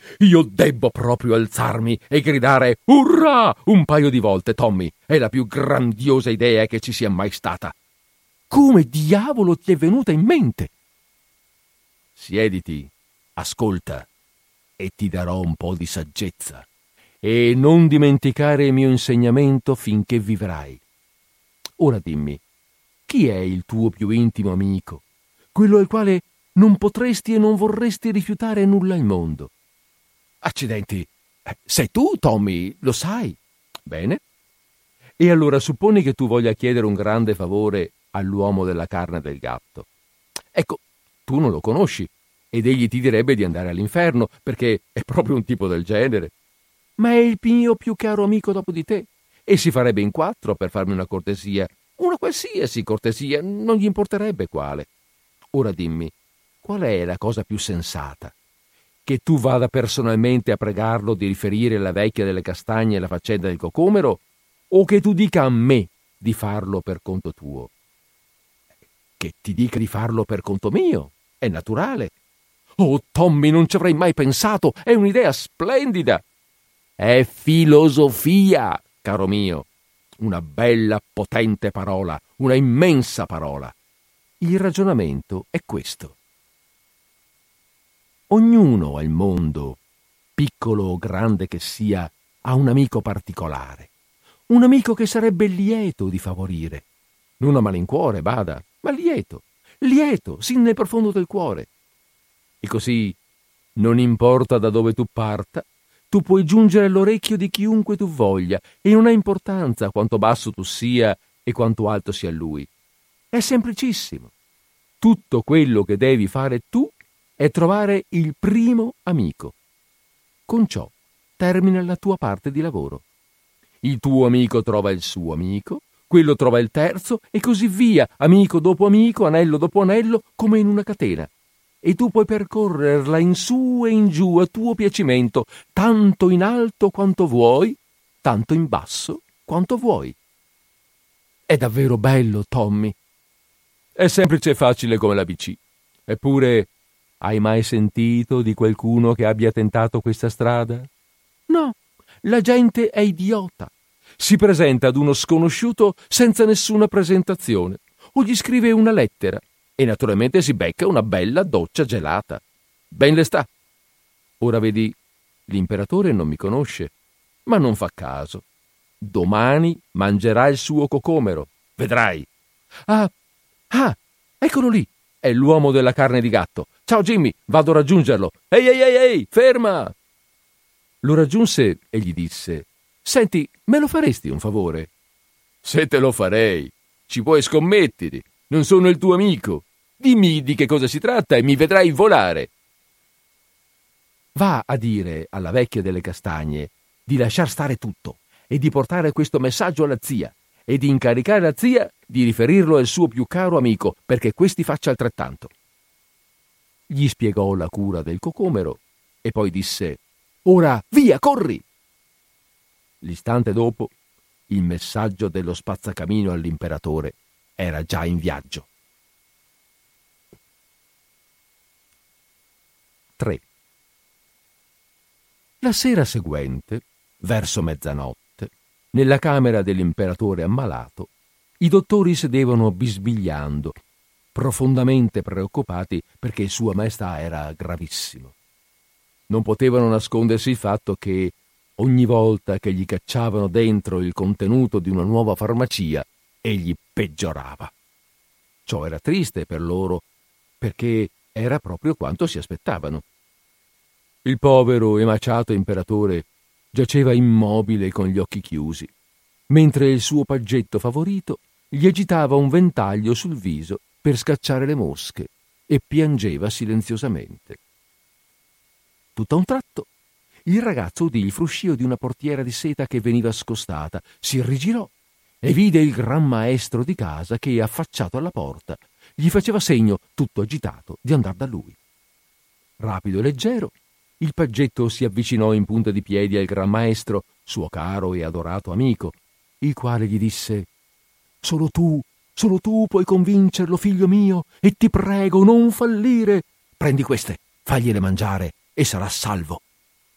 Io debbo proprio alzarmi e gridare «Urrà!» un paio di volte, Tommy. È la più grandiosa idea che ci sia mai stata. Come diavolo ti è venuta in mente? Siediti, ascolta, e ti darò un po' di saggezza. E non dimenticare il mio insegnamento finché vivrai. Ora dimmi, chi è il tuo più intimo amico? Quello al quale non potresti e non vorresti rifiutare nulla al mondo. Accidenti, sei tu, Tommy, lo sai. Bene. E allora supponi che tu voglia chiedere un grande favore all'uomo della carne del gatto. Ecco, tu non lo conosci ed egli ti direbbe di andare all'inferno perché è proprio un tipo del genere. Ma è il mio più caro amico dopo di te e si farebbe in quattro per farmi una cortesia, una qualsiasi cortesia, non gli importerebbe quale. Ora dimmi, qual è la cosa più sensata? Che tu vada personalmente a pregarlo di riferire alla vecchia delle castagne la faccenda del cocomero o che tu dica a me di farlo per conto tuo? Che ti dica di farlo per conto mio, è naturale. Oh, Tommy, non ci avrei mai pensato, è un'idea splendida. È filosofia, caro mio. Una bella, potente parola, una immensa parola. Il ragionamento è questo. Ognuno al mondo, piccolo o grande che sia, ha un amico particolare. Un amico che sarebbe lieto di favorire. Non a malincuore, bada, ma lieto, sin nel profondo del cuore. E così, non importa da dove tu parta, tu puoi giungere all'orecchio di chiunque tu voglia e non ha importanza quanto basso tu sia e quanto alto sia lui. È semplicissimo. Tutto quello che devi fare tu è trovare il primo amico. Con ciò termina la tua parte di lavoro. Il tuo amico trova il suo amico, quello trova il terzo e così via, amico dopo amico, anello dopo anello, come in una catena. E tu puoi percorrerla in su e in giù a tuo piacimento, tanto in alto quanto vuoi, tanto in basso quanto vuoi. È davvero bello, Tommy. È semplice e facile come l'ABC. Eppure, hai mai sentito di qualcuno che abbia tentato questa strada? No, la gente è idiota. Si presenta ad uno sconosciuto senza nessuna presentazione o gli scrive una lettera e naturalmente si becca una bella doccia gelata. Ben le sta. Ora vedi, l'imperatore non mi conosce, ma non fa caso. Domani mangerà il suo cocomero. Vedrai. Ah, eccolo lì. È l'uomo della carne di gatto. Ciao Jimmy, vado a raggiungerlo. Ehi, ferma! Lo raggiunse e gli disse: Senti, me lo faresti un favore? Se te lo farei. Ci puoi scommettere. Non sono il tuo amico. Dimmi di che cosa si tratta e mi vedrai volare. Va a dire alla vecchia delle castagne di lasciar stare tutto e di portare questo messaggio alla zia e di incaricare la zia di riferirlo al suo più caro amico perché questi faccia altrettanto. Gli spiegò la cura del cocomero e poi disse: Ora, via, corri! L'istante dopo, il messaggio dello spazzacamino all'imperatore era già in viaggio. 3. La sera seguente, verso mezzanotte, nella camera dell'imperatore ammalato, i dottori sedevano bisbigliando, profondamente preoccupati perché Sua Maestà era gravissimo. Non potevano nascondersi il fatto che ogni volta che gli cacciavano dentro il contenuto di una nuova farmacia, egli peggiorava. Ciò era triste per loro, perché era proprio quanto si aspettavano. Il povero emaciato imperatore giaceva immobile con gli occhi chiusi, mentre il suo paggetto favorito gli agitava un ventaglio sul viso per scacciare le mosche e piangeva silenziosamente. Tutto a un tratto il ragazzo udì il fruscio di una portiera di seta che veniva scostata, si rigirò e vide il gran maestro di casa che, affacciato alla porta, gli faceva segno, tutto agitato, di andar da lui. Rapido e leggero, il paggetto si avvicinò in punta di piedi al gran maestro, suo caro e adorato amico, il quale gli disse: solo tu puoi convincerlo, figlio mio, e ti prego, non fallire. Prendi queste, fagliele mangiare e sarà salvo.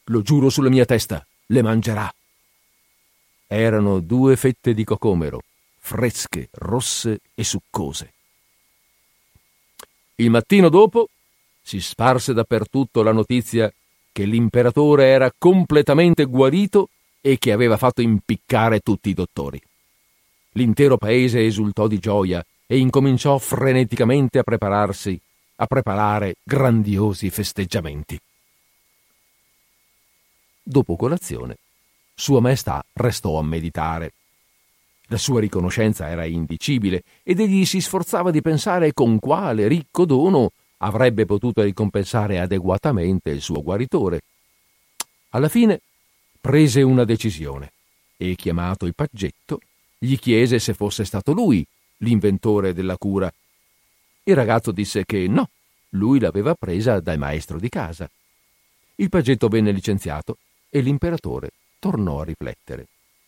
lo giuro sulla mia testa, le mangerà. Erano 2 fette di cocomero, fresche, rosse e succose. Il mattino dopo si sparse dappertutto la notizia che l'imperatore era completamente guarito e che aveva fatto impiccare tutti i dottori. L'intero paese esultò di gioia e incominciò freneticamente a preparare grandiosi festeggiamenti. Dopo colazione, Sua Maestà restò a meditare. La sua riconoscenza era indicibile ed egli si sforzava di pensare con quale ricco dono avrebbe potuto ricompensare adeguatamente il suo guaritore. Alla fine prese una decisione e, chiamato il paggetto, gli chiese se fosse stato lui l'inventore della cura. Il ragazzo disse che no, lui l'aveva presa dal maestro di casa. Il paggetto venne licenziato e l'imperatore tornò a riflettere.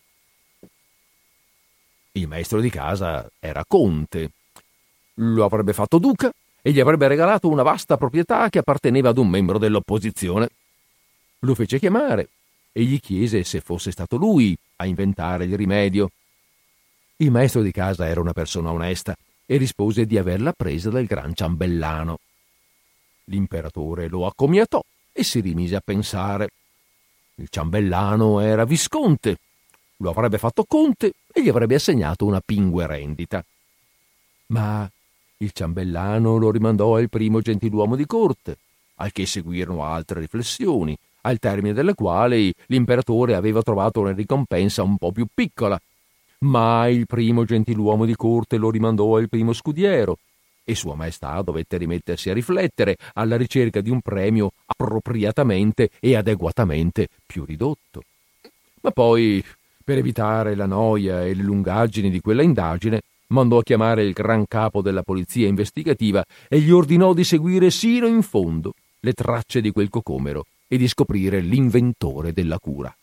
Il maestro di casa era conte, lo avrebbe fatto duca e gli avrebbe regalato una vasta proprietà che apparteneva ad un membro dell'opposizione. Lo fece chiamare e gli chiese se fosse stato lui a inventare il rimedio. Il maestro di casa era una persona onesta e rispose di averla presa dal gran ciambellano. L'imperatore lo accomiatò e si rimise a pensare. Il ciambellano era visconte, lo avrebbe fatto conte e gli avrebbe assegnato una pingue rendita. Ma il ciambellano lo rimandò al primo gentiluomo di corte, al che seguirono altre riflessioni, al termine delle quali l'imperatore aveva trovato una ricompensa un po' più piccola. Ma il primo gentiluomo di corte lo rimandò al primo scudiero e Sua Maestà dovette rimettersi a riflettere alla ricerca di un premio appropriatamente e adeguatamente più ridotto. Ma poi, per evitare la noia e le lungaggini di quella indagine, mandò a chiamare il gran capo della polizia investigativa e gli ordinò di seguire sino in fondo le tracce di quel cocomero e di scoprire l'inventore della cura.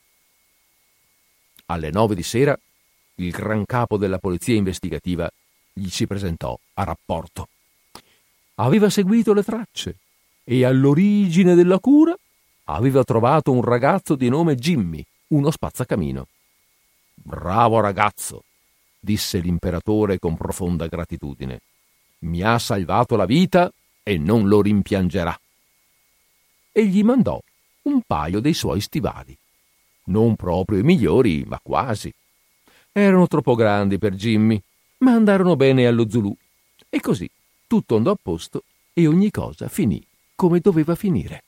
Alle 9 di sera il gran capo della polizia investigativa gli si presentò a rapporto. Aveva seguito le tracce e all'origine della cura aveva trovato un ragazzo di nome Jimmy, uno spazzacamino. «Bravo ragazzo», disse l'imperatore con profonda gratitudine. «Mi ha salvato la vita e non lo rimpiangerà». E gli mandò un paio dei suoi stivali. Non proprio i migliori, ma quasi. Erano troppo grandi per Jimmy, ma andarono bene allo Zulù. E così tutto andò a posto e ogni cosa finì come doveva finire.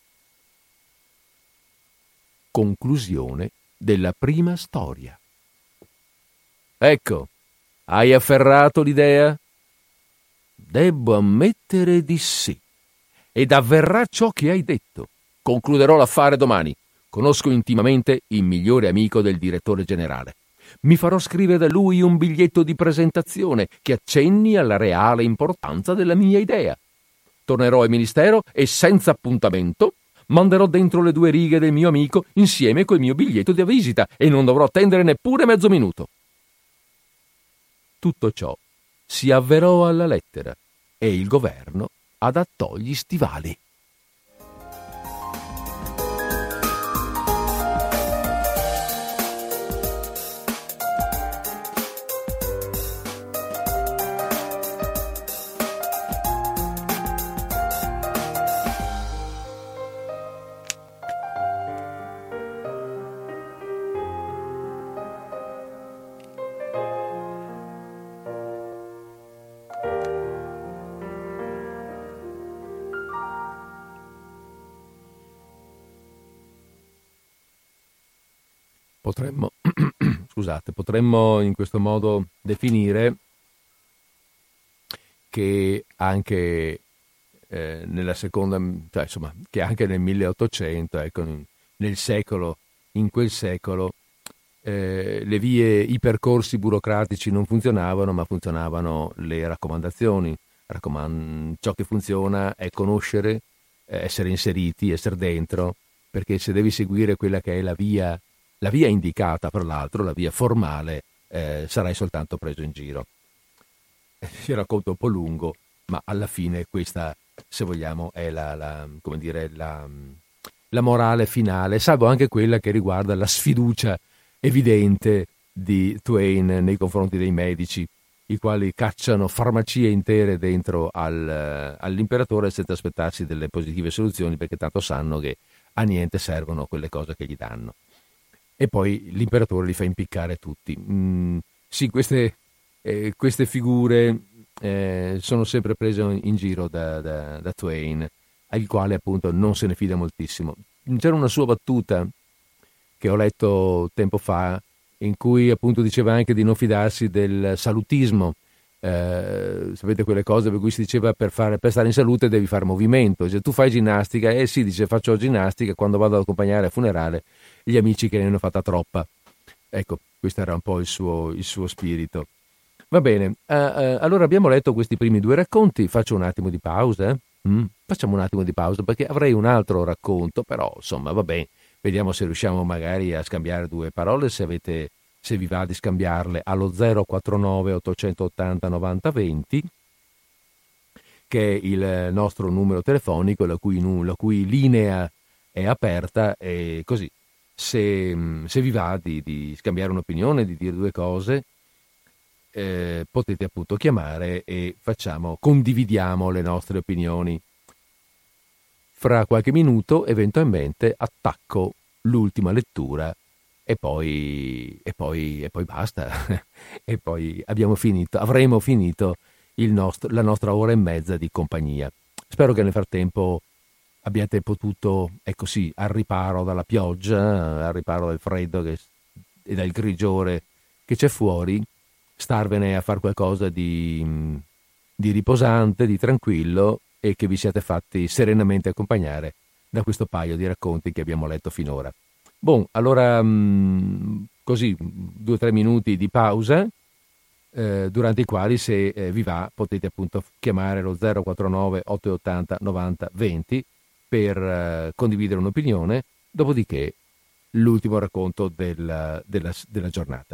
Conclusione della prima storia. Ecco, hai afferrato l'idea? Debbo ammettere di sì. Ed avverrà ciò che hai detto. Concluderò l'affare domani. Conosco intimamente il migliore amico del direttore generale. Mi farò scrivere da lui un biglietto di presentazione che accenni alla reale importanza della mia idea. Tornerò al ministero e senza appuntamento manderò dentro le 2 righe del mio amico insieme col mio biglietto di visita e non dovrò attendere neppure mezzo minuto. Tutto ciò si avverò alla lettera e il governo adattò gli stivali. Potremmo in questo modo definire che anche nella seconda, cioè insomma, che anche nel 1800, ecco, in quel secolo, le vie, i percorsi burocratici non funzionavano, ma funzionavano le raccomandazioni. Ciò che funziona è conoscere, essere inseriti, essere dentro, perché se devi seguire quella che è la via indicata, fra l'altro, la via formale, sarai soltanto preso in giro. Si racconta un po' lungo, ma alla fine questa, se vogliamo, è la morale finale, salvo anche quella che riguarda la sfiducia evidente di Twain nei confronti dei medici, i quali cacciano farmacie intere dentro all'imperatore senza aspettarsi delle positive soluzioni, perché tanto sanno che a niente servono quelle cose che gli danno. E poi l'imperatore li fa impiccare tutti. Sì, queste figure sono sempre prese in giro da Twain, al quale appunto non se ne fida moltissimo. C'era una sua battuta che ho letto tempo fa, in cui appunto diceva anche di non fidarsi del salutismo. Sapete quelle cose per cui si diceva per stare in salute devi fare movimento. Dice, tu fai ginnastica? Sì, dice, faccio ginnastica quando vado ad accompagnare al funerale gli amici che ne hanno fatta troppa. Ecco, questo era un po' il suo spirito. Va bene, allora abbiamo letto questi primi 2 racconti, faccio un attimo di pausa. Facciamo un attimo di pausa perché avrei un altro racconto, però insomma va bene, vediamo se riusciamo magari a scambiare 2 parole, se vi va di scambiarle allo 049 880 90 20, che è il nostro numero telefonico, la cui linea è aperta, e così se vi va di scambiare un'opinione, di dire 2 cose, potete appunto chiamare e condividiamo le nostre opinioni. Fra qualche minuto eventualmente attacco l'ultima lettura e poi basta. E poi avremo finito la nostra ora e mezza di compagnia. Spero che nel frattempo abbiate potuto, al riparo dalla pioggia, al riparo dal freddo e dal grigiore che c'è fuori, starvene a fare qualcosa di riposante, di tranquillo, e che vi siate fatti serenamente accompagnare da questo paio di racconti che abbiamo letto finora. Allora così 2 o 3 minuti di pausa, durante i quali, se vi va, potete appunto chiamare lo 049 880 90 20 per condividere un'opinione, dopodiché l'ultimo racconto della giornata.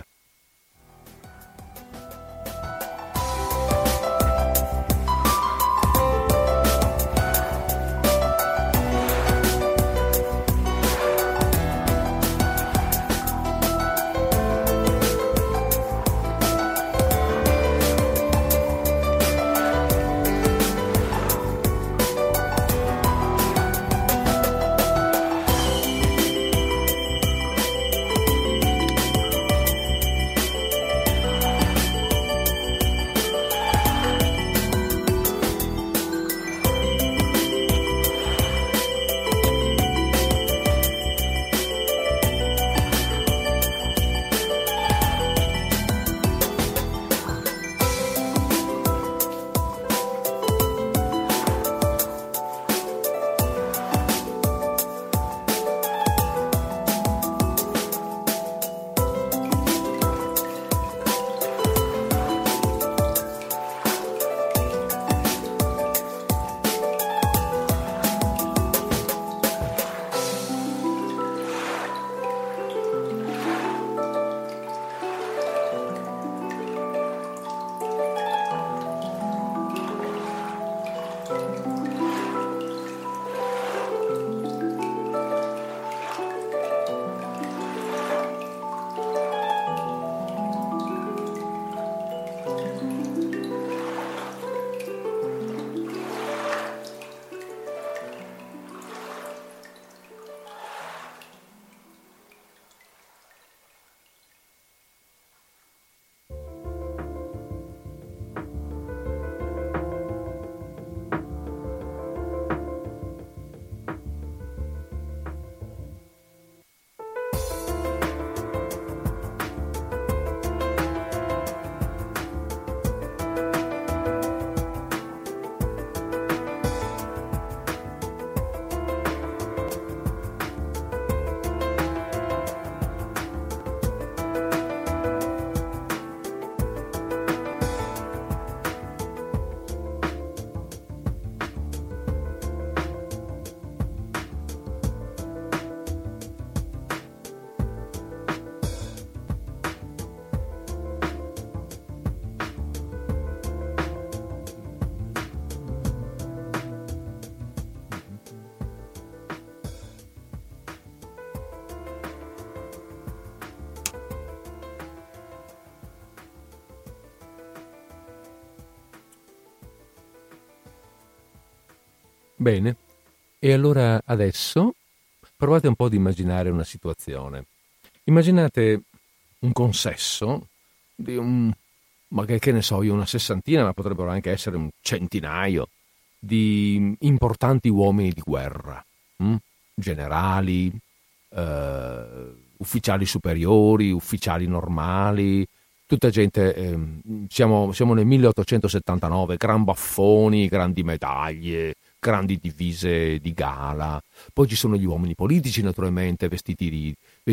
Bene, e allora adesso provate un po' ad immaginare una situazione. Immaginate un consesso di ma che ne so io, una sessantina, ma potrebbero anche essere un centinaio di importanti uomini di guerra, generali, ufficiali superiori, ufficiali normali, tutta gente, siamo nel 1879, gran baffoni, grandi medaglie, grandi divise di gala. Poi ci sono gli uomini politici, naturalmente, vestiti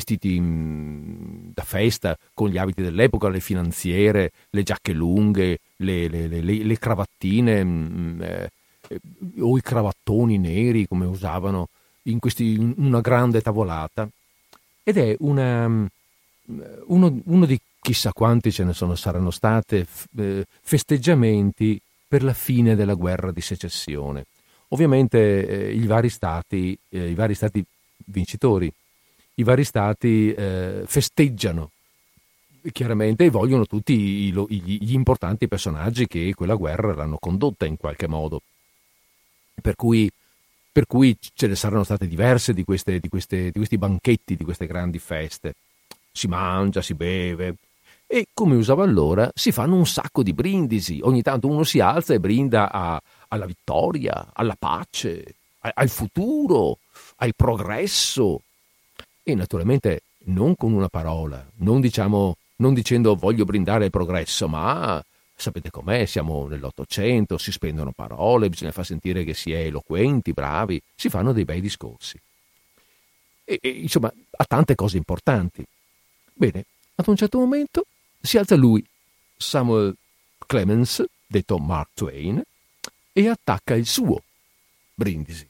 da festa, con gli abiti dell'epoca, le finanziere, le giacche lunghe, le cravattine, o i cravattoni neri, come usavano in una grande tavolata. Ed è uno di chissà quanti ce ne saranno state festeggiamenti per la fine della guerra di secessione. Ovviamente i vari stati vincitori, i vari stati festeggiano chiaramente e vogliono tutti gli importanti personaggi che quella guerra l'hanno condotta in qualche modo. Per cui ce ne saranno state diverse di questi banchetti, di queste grandi feste. Si mangia, si beve e, come usava allora, si fanno un sacco di brindisi. Ogni tanto uno si alza e brinda alla vittoria, alla pace, al futuro, al progresso. E naturalmente non con una parola, non dicendo voglio brindare al progresso, ma sapete com'è, siamo nell'Ottocento, si spendono parole, bisogna far sentire che si è eloquenti, bravi, si fanno dei bei discorsi. E insomma, ha tante cose importanti. Bene, ad un certo momento si alza lui, Samuel Clemens, detto Mark Twain, e attacca il suo brindisi.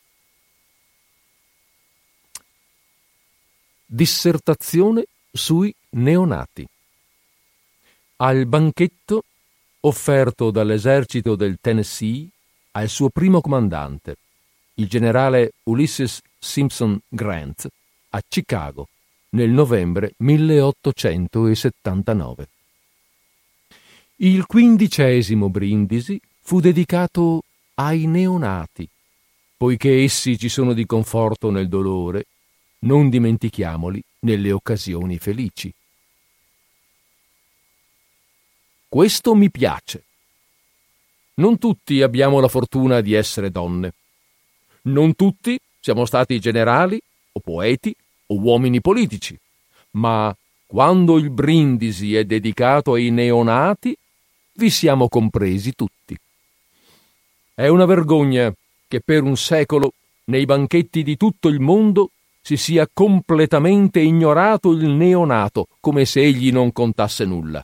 Dissertazione sui neonati. Al banchetto offerto dall'esercito del Tennessee al suo primo comandante, il generale Ulysses Simpson Grant, a Chicago nel novembre 1879. Il 15° brindisi fu dedicato ai neonati, poiché essi ci sono di conforto nel dolore, non dimentichiamoli nelle occasioni felici. Questo mi piace. Non tutti abbiamo la fortuna di essere donne. Non tutti siamo stati generali o poeti o uomini politici, ma quando il brindisi è dedicato ai neonati, vi siamo compresi tutti. È una vergogna che per un secolo nei banchetti di tutto il mondo si sia completamente ignorato il neonato, come se egli non contasse nulla.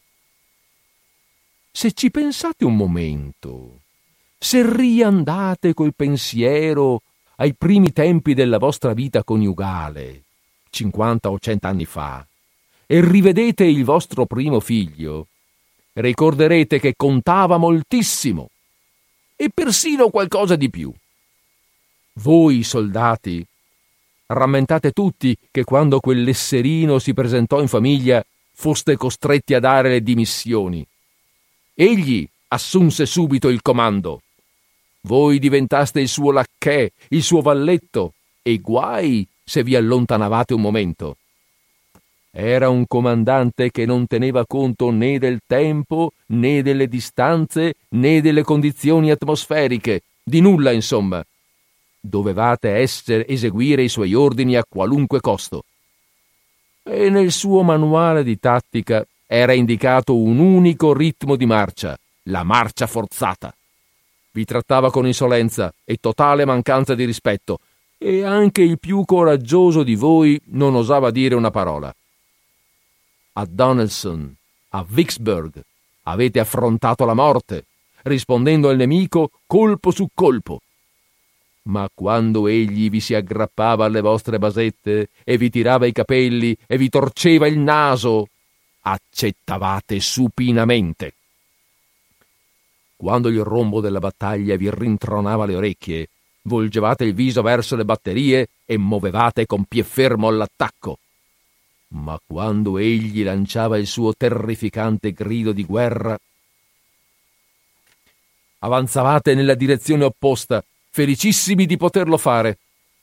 Se ci pensate un momento, se riandate col pensiero ai primi tempi della vostra vita coniugale, 50 o 100 anni fa, e rivedete il vostro primo figlio, ricorderete che contava moltissimo, e persino qualcosa di più. Voi, soldati, rammentate tutti che quando quell'esserino si presentò in famiglia foste costretti a dare le dimissioni. Egli assunse subito il comando. Voi diventaste il suo lacchè, il suo valletto, e guai se vi allontanavate un momento. Era un comandante che non teneva conto né del tempo, né delle distanze, né delle condizioni atmosferiche, di nulla insomma. Dovevate eseguire i suoi ordini a qualunque costo. E nel suo manuale di tattica era indicato un unico ritmo di marcia, la marcia forzata. Vi trattava con insolenza e totale mancanza di rispetto, e anche il più coraggioso di voi non osava dire una parola. A Donelson, a Vicksburg, avete affrontato la morte, rispondendo al nemico colpo su colpo. Ma quando egli vi si aggrappava alle vostre basette e vi tirava i capelli e vi torceva il naso, accettavate supinamente. Quando il rombo della battaglia vi rintronava le orecchie, volgevate il viso verso le batterie e movevate con piè fermo all'attacco. Ma quando egli lanciava il suo terrificante grido di guerra, avanzavate nella direzione opposta felicissimi di poterlo fare.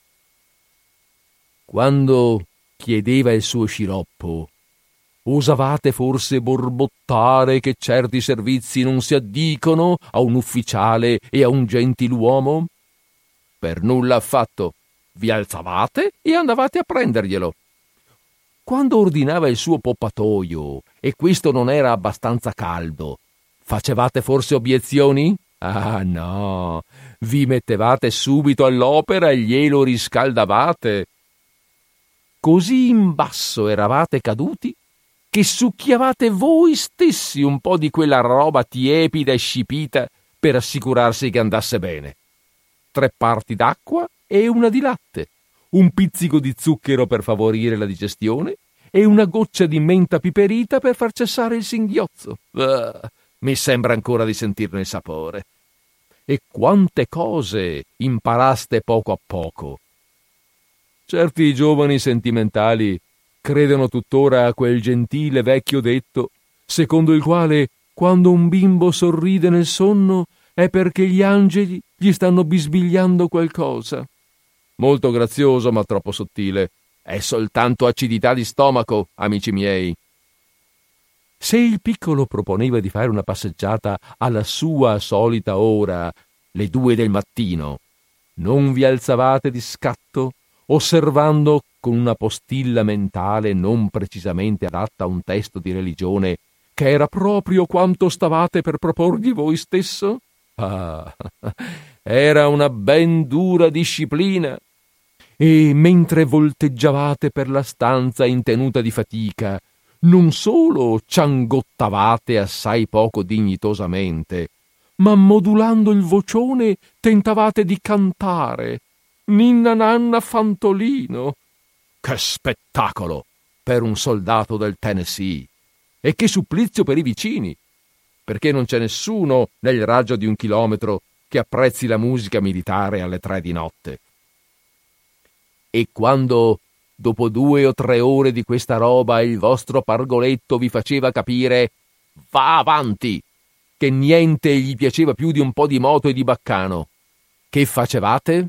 Quando chiedeva il suo sciroppo, osavate forse borbottare che certi servizi non si addicono a un ufficiale e a un gentiluomo? Per nulla affatto. Vi alzavate e andavate a prenderglielo. Quando ordinava il suo poppatoio e questo non era abbastanza caldo, facevate forse obiezioni? Ah no, vi mettevate subito all'opera e glielo riscaldavate. Così in basso eravate caduti che succhiavate voi stessi un po' di quella roba tiepida e scipita per assicurarsi che andasse bene. 3 parti d'acqua e una di latte, un pizzico di zucchero per favorire la digestione e una goccia di menta piperita per far cessare il singhiozzo. Mi sembra ancora di sentirne il sapore. E quante cose imparaste poco a poco. Certi giovani sentimentali credono tuttora a quel gentile vecchio detto, secondo il quale quando un bimbo sorride nel sonno è perché gli angeli gli stanno bisbigliando qualcosa. Molto grazioso, ma troppo sottile. È soltanto acidità di stomaco, amici miei. Se il piccolo proponeva di fare una passeggiata alla sua solita ora, le 2 del mattino, non vi alzavate di scatto, osservando con una postilla mentale non precisamente adatta a un testo di religione, che era proprio quanto stavate per proporgli voi stesso? Ah, era una ben dura disciplina. E mentre volteggiavate per la stanza in tenuta di fatica, non solo ciangottavate assai poco dignitosamente, ma modulando il vocione tentavate di cantare Ninna nanna Fantolino. Che spettacolo per un soldato del Tennessee! E che supplizio per i vicini! Perché non c'è nessuno nel raggio di 1 chilometro che apprezzi la musica militare alle 3 di notte. E quando, dopo 2 o 3 ore di questa roba, il vostro pargoletto vi faceva capire «Va avanti!», che niente gli piaceva più di un po' di moto e di baccano, che facevate?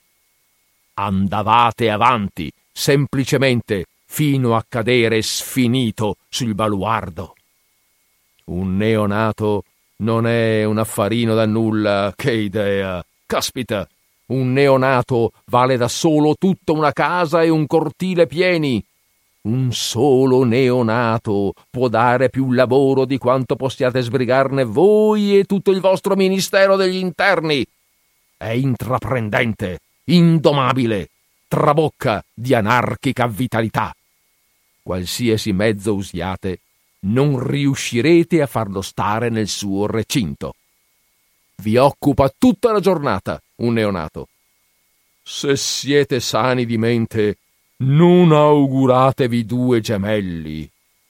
Andavate avanti, semplicemente, fino a cadere sfinito sul baluardo. Un neonato non è un affarino da nulla, che idea! Caspita! Un neonato vale da solo tutta una casa e un cortile pieni. Un solo neonato può dare più lavoro di quanto possiate sbrigarne voi e tutto il vostro Ministero degli Interni. È intraprendente, indomabile, trabocca di anarchica vitalità. Qualsiasi mezzo usiate, non riuscirete a farlo stare nel suo recinto. Vi occupa tutta la giornata un neonato. Se siete sani di mente, non auguratevi 2 gemelli.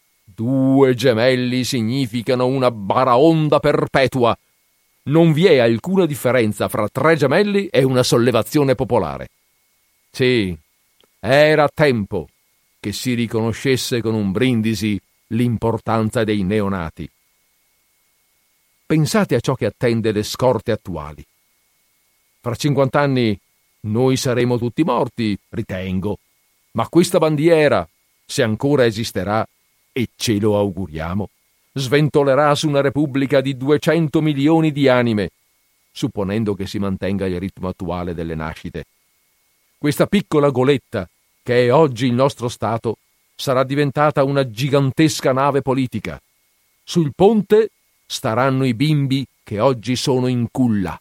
2 gemelli significano una baraonda perpetua. Non vi è alcuna differenza fra 3 gemelli e una sollevazione popolare. Sì, era tempo che si riconoscesse con un brindisi l'importanza dei neonati. Pensate a ciò che attende le scorte attuali. Fra 50 anni noi saremo tutti morti, ritengo, ma questa bandiera, se ancora esisterà, e ce lo auguriamo, sventolerà su una repubblica di 200 milioni di anime, supponendo che si mantenga il ritmo attuale delle nascite. Questa piccola goletta, che è oggi il nostro Stato, sarà diventata una gigantesca nave politica. Sul ponte staranno i bimbi che oggi sono in culla.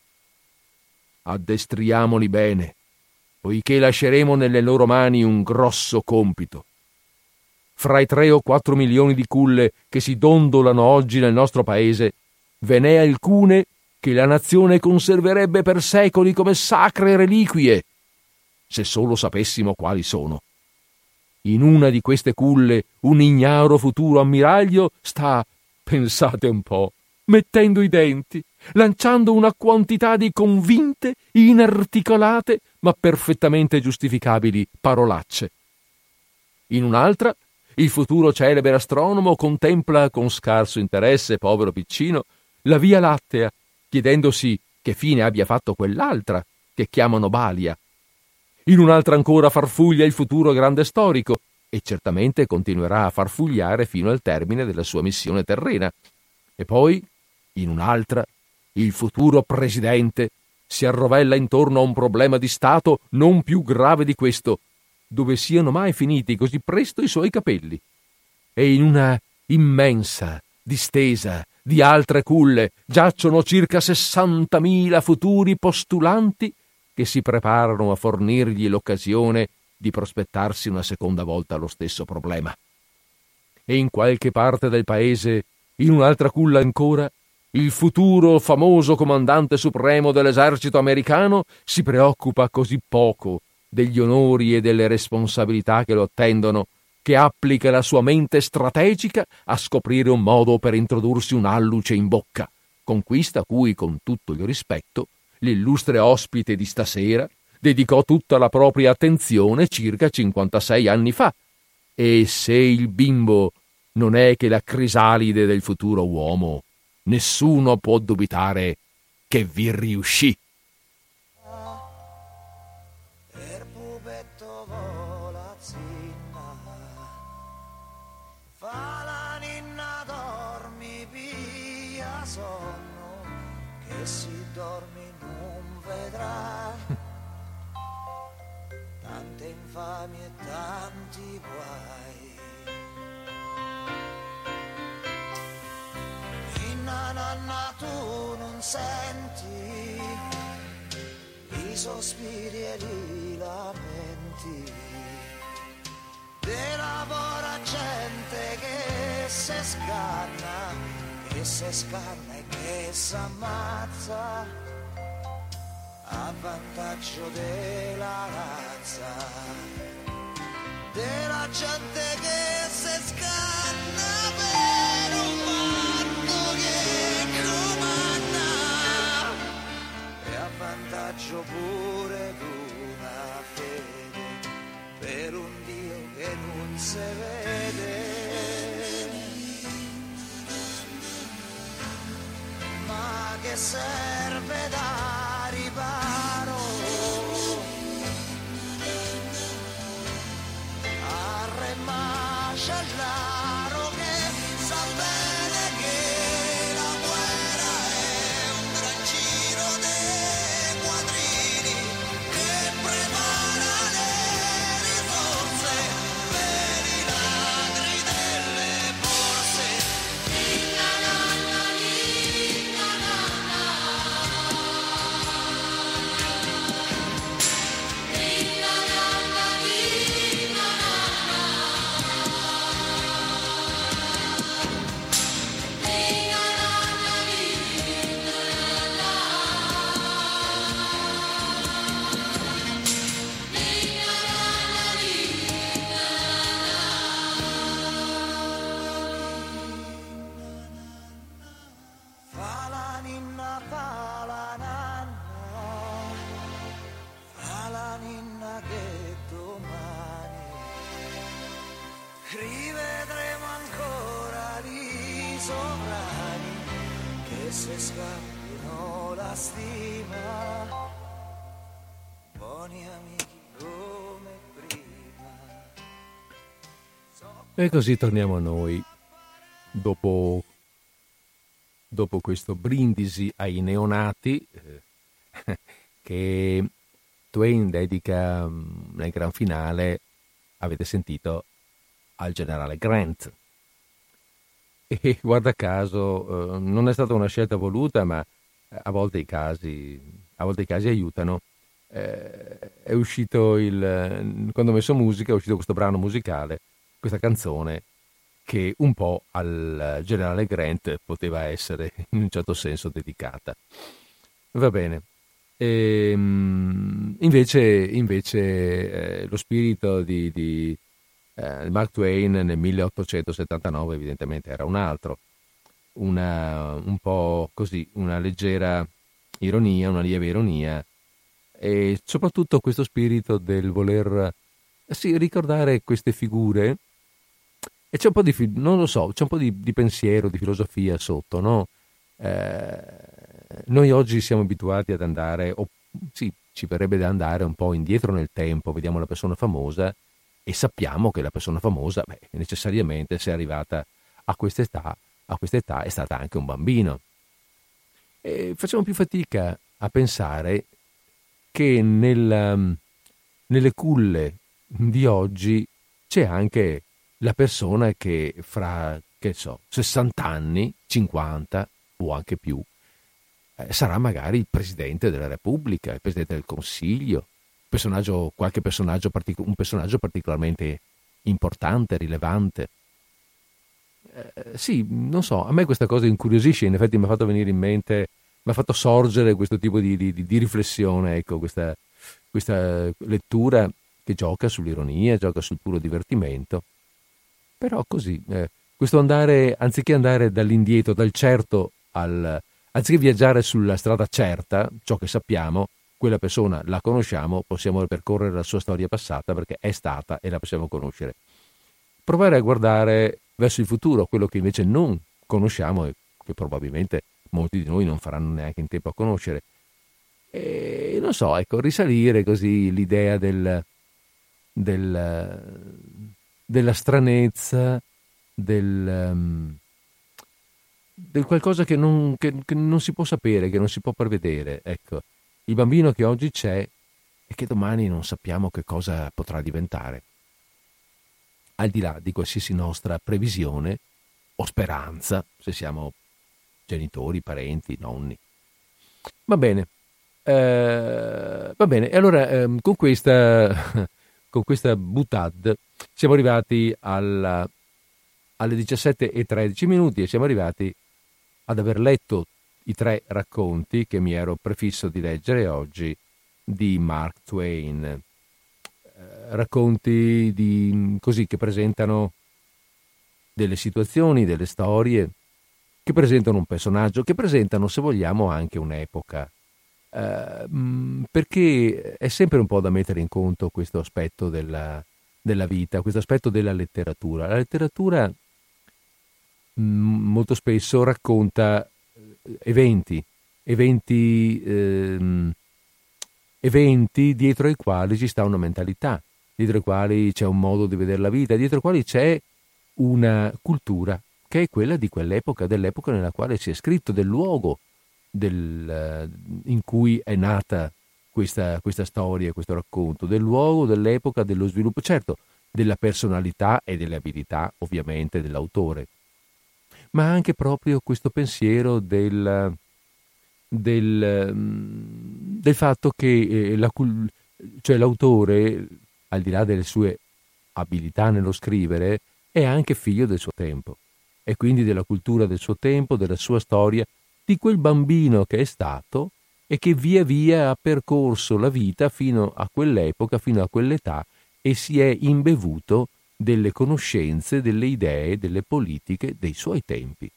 Addestriamoli bene, poiché lasceremo nelle loro mani un grosso compito. Fra i 3 o 4 milioni di culle che si dondolano oggi nel nostro paese, ve n'è alcune che la nazione conserverebbe per secoli come sacre reliquie, se solo sapessimo quali sono. In una di queste culle un ignaro futuro ammiraglio sta, pensate un po', mettendo i denti, lanciando una quantità di convinte, inarticolate, ma perfettamente giustificabili parolacce. In un'altra, il futuro celebre astronomo contempla con scarso interesse, povero piccino, la Via Lattea, chiedendosi che fine abbia fatto quell'altra, che chiamano balia. In un'altra ancora farfuglia il futuro grande storico, e certamente continuerà a farfugliare fino al termine della sua missione terrena. E poi, in un'altra, il futuro presidente si arrovella intorno a un problema di Stato non più grave di questo, dove siano mai finiti così presto i suoi capelli. E in una immensa distesa di altre culle giacciono circa 60.000 futuri postulanti che si preparano a fornirgli l'occasione di prospettarsi una seconda volta lo stesso problema. E in qualche parte del paese, in un'altra culla ancora, il futuro famoso comandante supremo dell'esercito americano si preoccupa così poco degli onori e delle responsabilità che lo attendono, che applica la sua mente strategica a scoprire un modo per introdursi un alluce in bocca, conquista a cui, con tutto il rispetto, l'illustre ospite di stasera dedicò tutta la propria attenzione circa 56 anni fa. E se il bimbo non è che la crisalide del futuro uomo, nessuno può dubitare che vi riuscì. Per pupetto vola zinna, fa la ninna, dormi via sonno, che si dormi non vedrà tante infamie e tanti guai. Nanna, tu non senti i sospiri e i lamenti della povera gente che se scanna e che s'ammazza a vantaggio della razza, della gente che se scanna per un fatto che comanda e a vantaggio pure d'una fede per un Dio che non si vede, ma che serve da riparo a re macellaro che sa bene che la guerra è un gran giro dei quadrini che prepara le risorse per i ladri delle borse. Inna nanna, inna nanna, inna nanna, inna fa la ninna, fa la nanna, fa la ninna che domani rivedremo ancora i sovrani che se scappino la stima, buoni amici come prima. E così torniamo a noi, dopo questo brindisi ai neonati che Twain dedica nel gran finale, avete sentito, al generale Grant. E guarda caso, non è stata una scelta voluta, ma a volte i casi aiutano. È uscito quando ho messo musica, è uscito questo brano musicale, questa canzone, che un po' al generale Grant poteva essere in un certo senso dedicata. Va bene. Invece lo spirito di Mark Twain nel 1879 evidentemente era un altro, un po' così, una leggera ironia, una lieve ironia, e soprattutto questo spirito del voler ricordare queste figure. E c'è un po' non lo so, c'è un po' di pensiero, di filosofia sotto, no? Noi oggi siamo abituati ad andare, ci ci verrebbe da andare un po' indietro nel tempo, vediamo la persona famosa e sappiamo che la persona famosa, necessariamente se è arrivata a quest'età è stata anche un bambino. E facciamo più fatica a pensare che nelle culle di oggi c'è anche la persona che fra, 60 anni, 50 o anche più, sarà magari il Presidente della Repubblica, il Presidente del Consiglio, un personaggio particolarmente importante, rilevante. Sì, non so, a me questa cosa incuriosisce, in effetti mi ha fatto venire in mente, mi ha fatto sorgere questo tipo di riflessione, ecco, questa lettura che gioca sull'ironia, gioca sul puro divertimento, però così, questo andare, anziché andare dall'indietro, dal certo anziché viaggiare sulla strada certa, ciò che sappiamo, quella persona la conosciamo, possiamo percorrere la sua storia passata perché è stata e la possiamo conoscere. Provare a guardare verso il futuro, quello che invece non conosciamo e che probabilmente molti di noi non faranno neanche in tempo a conoscere. E non so, ecco, risalire così l'idea della stranezza, del qualcosa che non si può sapere, che non si può prevedere. Ecco, il bambino che oggi c'è e che domani non sappiamo che cosa potrà diventare, al di là di qualsiasi nostra previsione o speranza, se siamo genitori, parenti, nonni. Va bene. E allora con questa boutade siamo arrivati alle 17:13 e siamo arrivati ad aver letto i 3 racconti che mi ero prefisso di leggere oggi di Mark Twain. Racconti così che presentano delle situazioni, delle storie, che presentano un personaggio, che presentano, se vogliamo, anche un'epoca. Perché è sempre un po' da mettere in conto questo aspetto della vita, questo aspetto della letteratura. La letteratura molto spesso racconta eventi dietro ai quali ci sta una mentalità, dietro ai quali c'è un modo di vedere la vita, dietro ai quali c'è una cultura che è quella di quell'epoca, dell'epoca nella quale si è scritto, del luogo in cui è nata questa storia, questo racconto, del luogo, dell'epoca, dello sviluppo, certo, della personalità e delle abilità ovviamente dell'autore, ma anche proprio questo pensiero del fatto che l'autore, al di là delle sue abilità nello scrivere, è anche figlio del suo tempo e quindi della cultura del suo tempo, della sua storia, di quel bambino che è stato e che via via ha percorso la vita fino a quell'epoca, fino a quell'età, e si è imbevuto delle conoscenze, delle idee, delle politiche dei suoi tempi.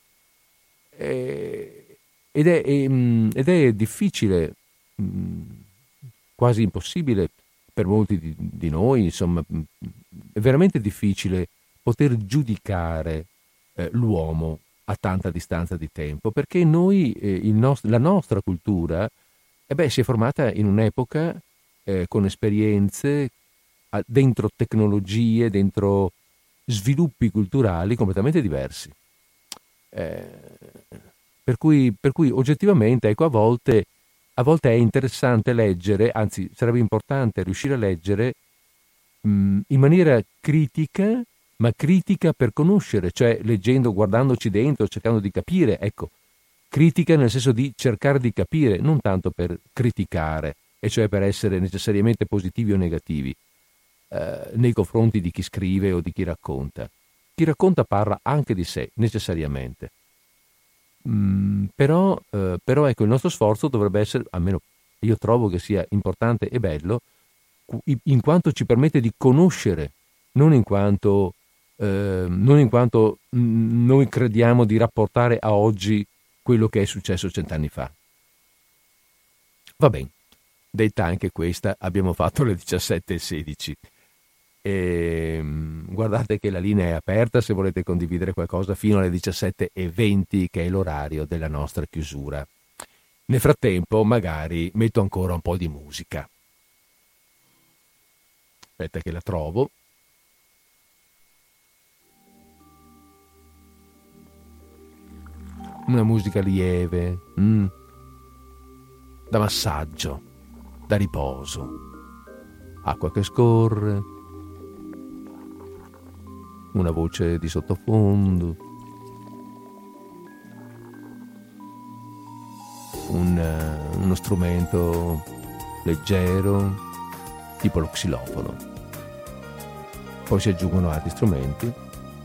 Ed è difficile, quasi impossibile per molti di noi, insomma, è veramente difficile poter giudicare l'uomo a tanta distanza di tempo, perché noi, la nostra cultura, si è formata in un'epoca con esperienze, dentro tecnologie, dentro sviluppi culturali completamente diversi. Per cui oggettivamente, ecco, a volte è interessante leggere, anzi sarebbe importante riuscire a leggere in maniera critica, ma critica per conoscere, cioè leggendo, guardandoci dentro, cercando di capire, ecco, critica nel senso di cercare di capire, non tanto per criticare, e cioè per essere necessariamente positivi o negativi nei confronti di chi scrive o di chi racconta. Chi racconta parla anche di sé, necessariamente. Però ecco, il nostro sforzo dovrebbe essere, almeno io trovo che sia importante e bello, in quanto ci permette di conoscere, non in quanto noi crediamo di rapportare a oggi quello che è successo 100 anni fa. Va bene, detta anche questa, abbiamo fatto le 17:16. Guardate che la linea è aperta se volete condividere qualcosa fino alle 17:20, che è l'orario della nostra chiusura. Nel frattempo magari metto ancora un po' di musica. Aspetta che la trovo. Una musica lieve, da massaggio, da riposo, acqua che scorre, una voce di sottofondo, uno strumento leggero, tipo lo xilofono. Poi si aggiungono altri strumenti.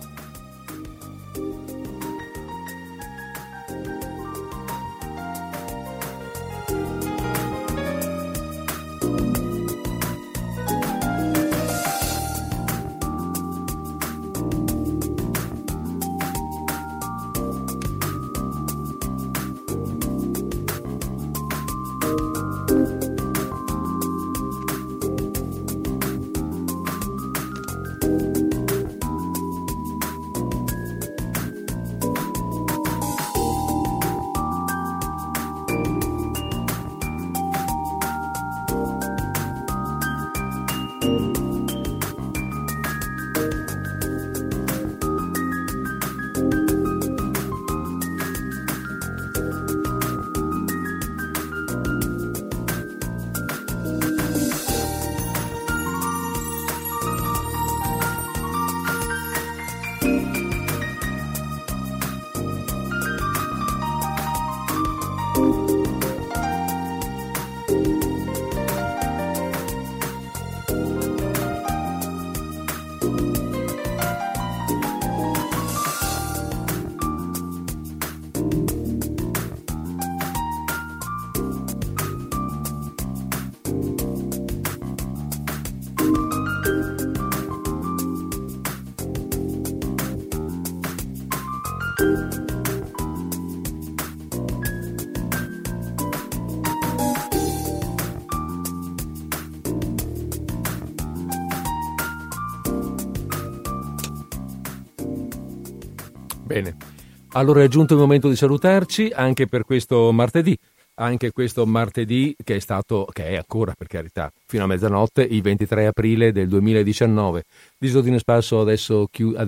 Bene, allora è giunto il momento di salutarci anche per questo martedì, che è ancora, per carità, fino a mezzanotte, il 23 aprile del 2019. Disordine Sparso adesso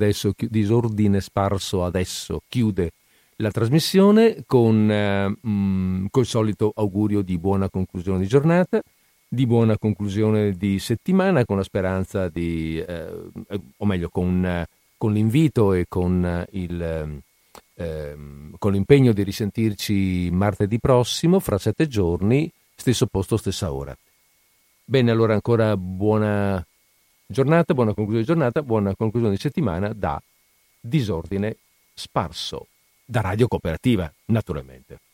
chiude la trasmissione col solito augurio di buona conclusione di giornata, di buona conclusione di settimana, con la speranza o meglio con l'invito e con l'impegno di risentirci martedì prossimo, fra 7 giorni, stesso posto, stessa ora. Bene, allora ancora buona giornata, buona conclusione di giornata, buona conclusione di settimana da Disordine Sparso, da Radio Cooperativa, naturalmente.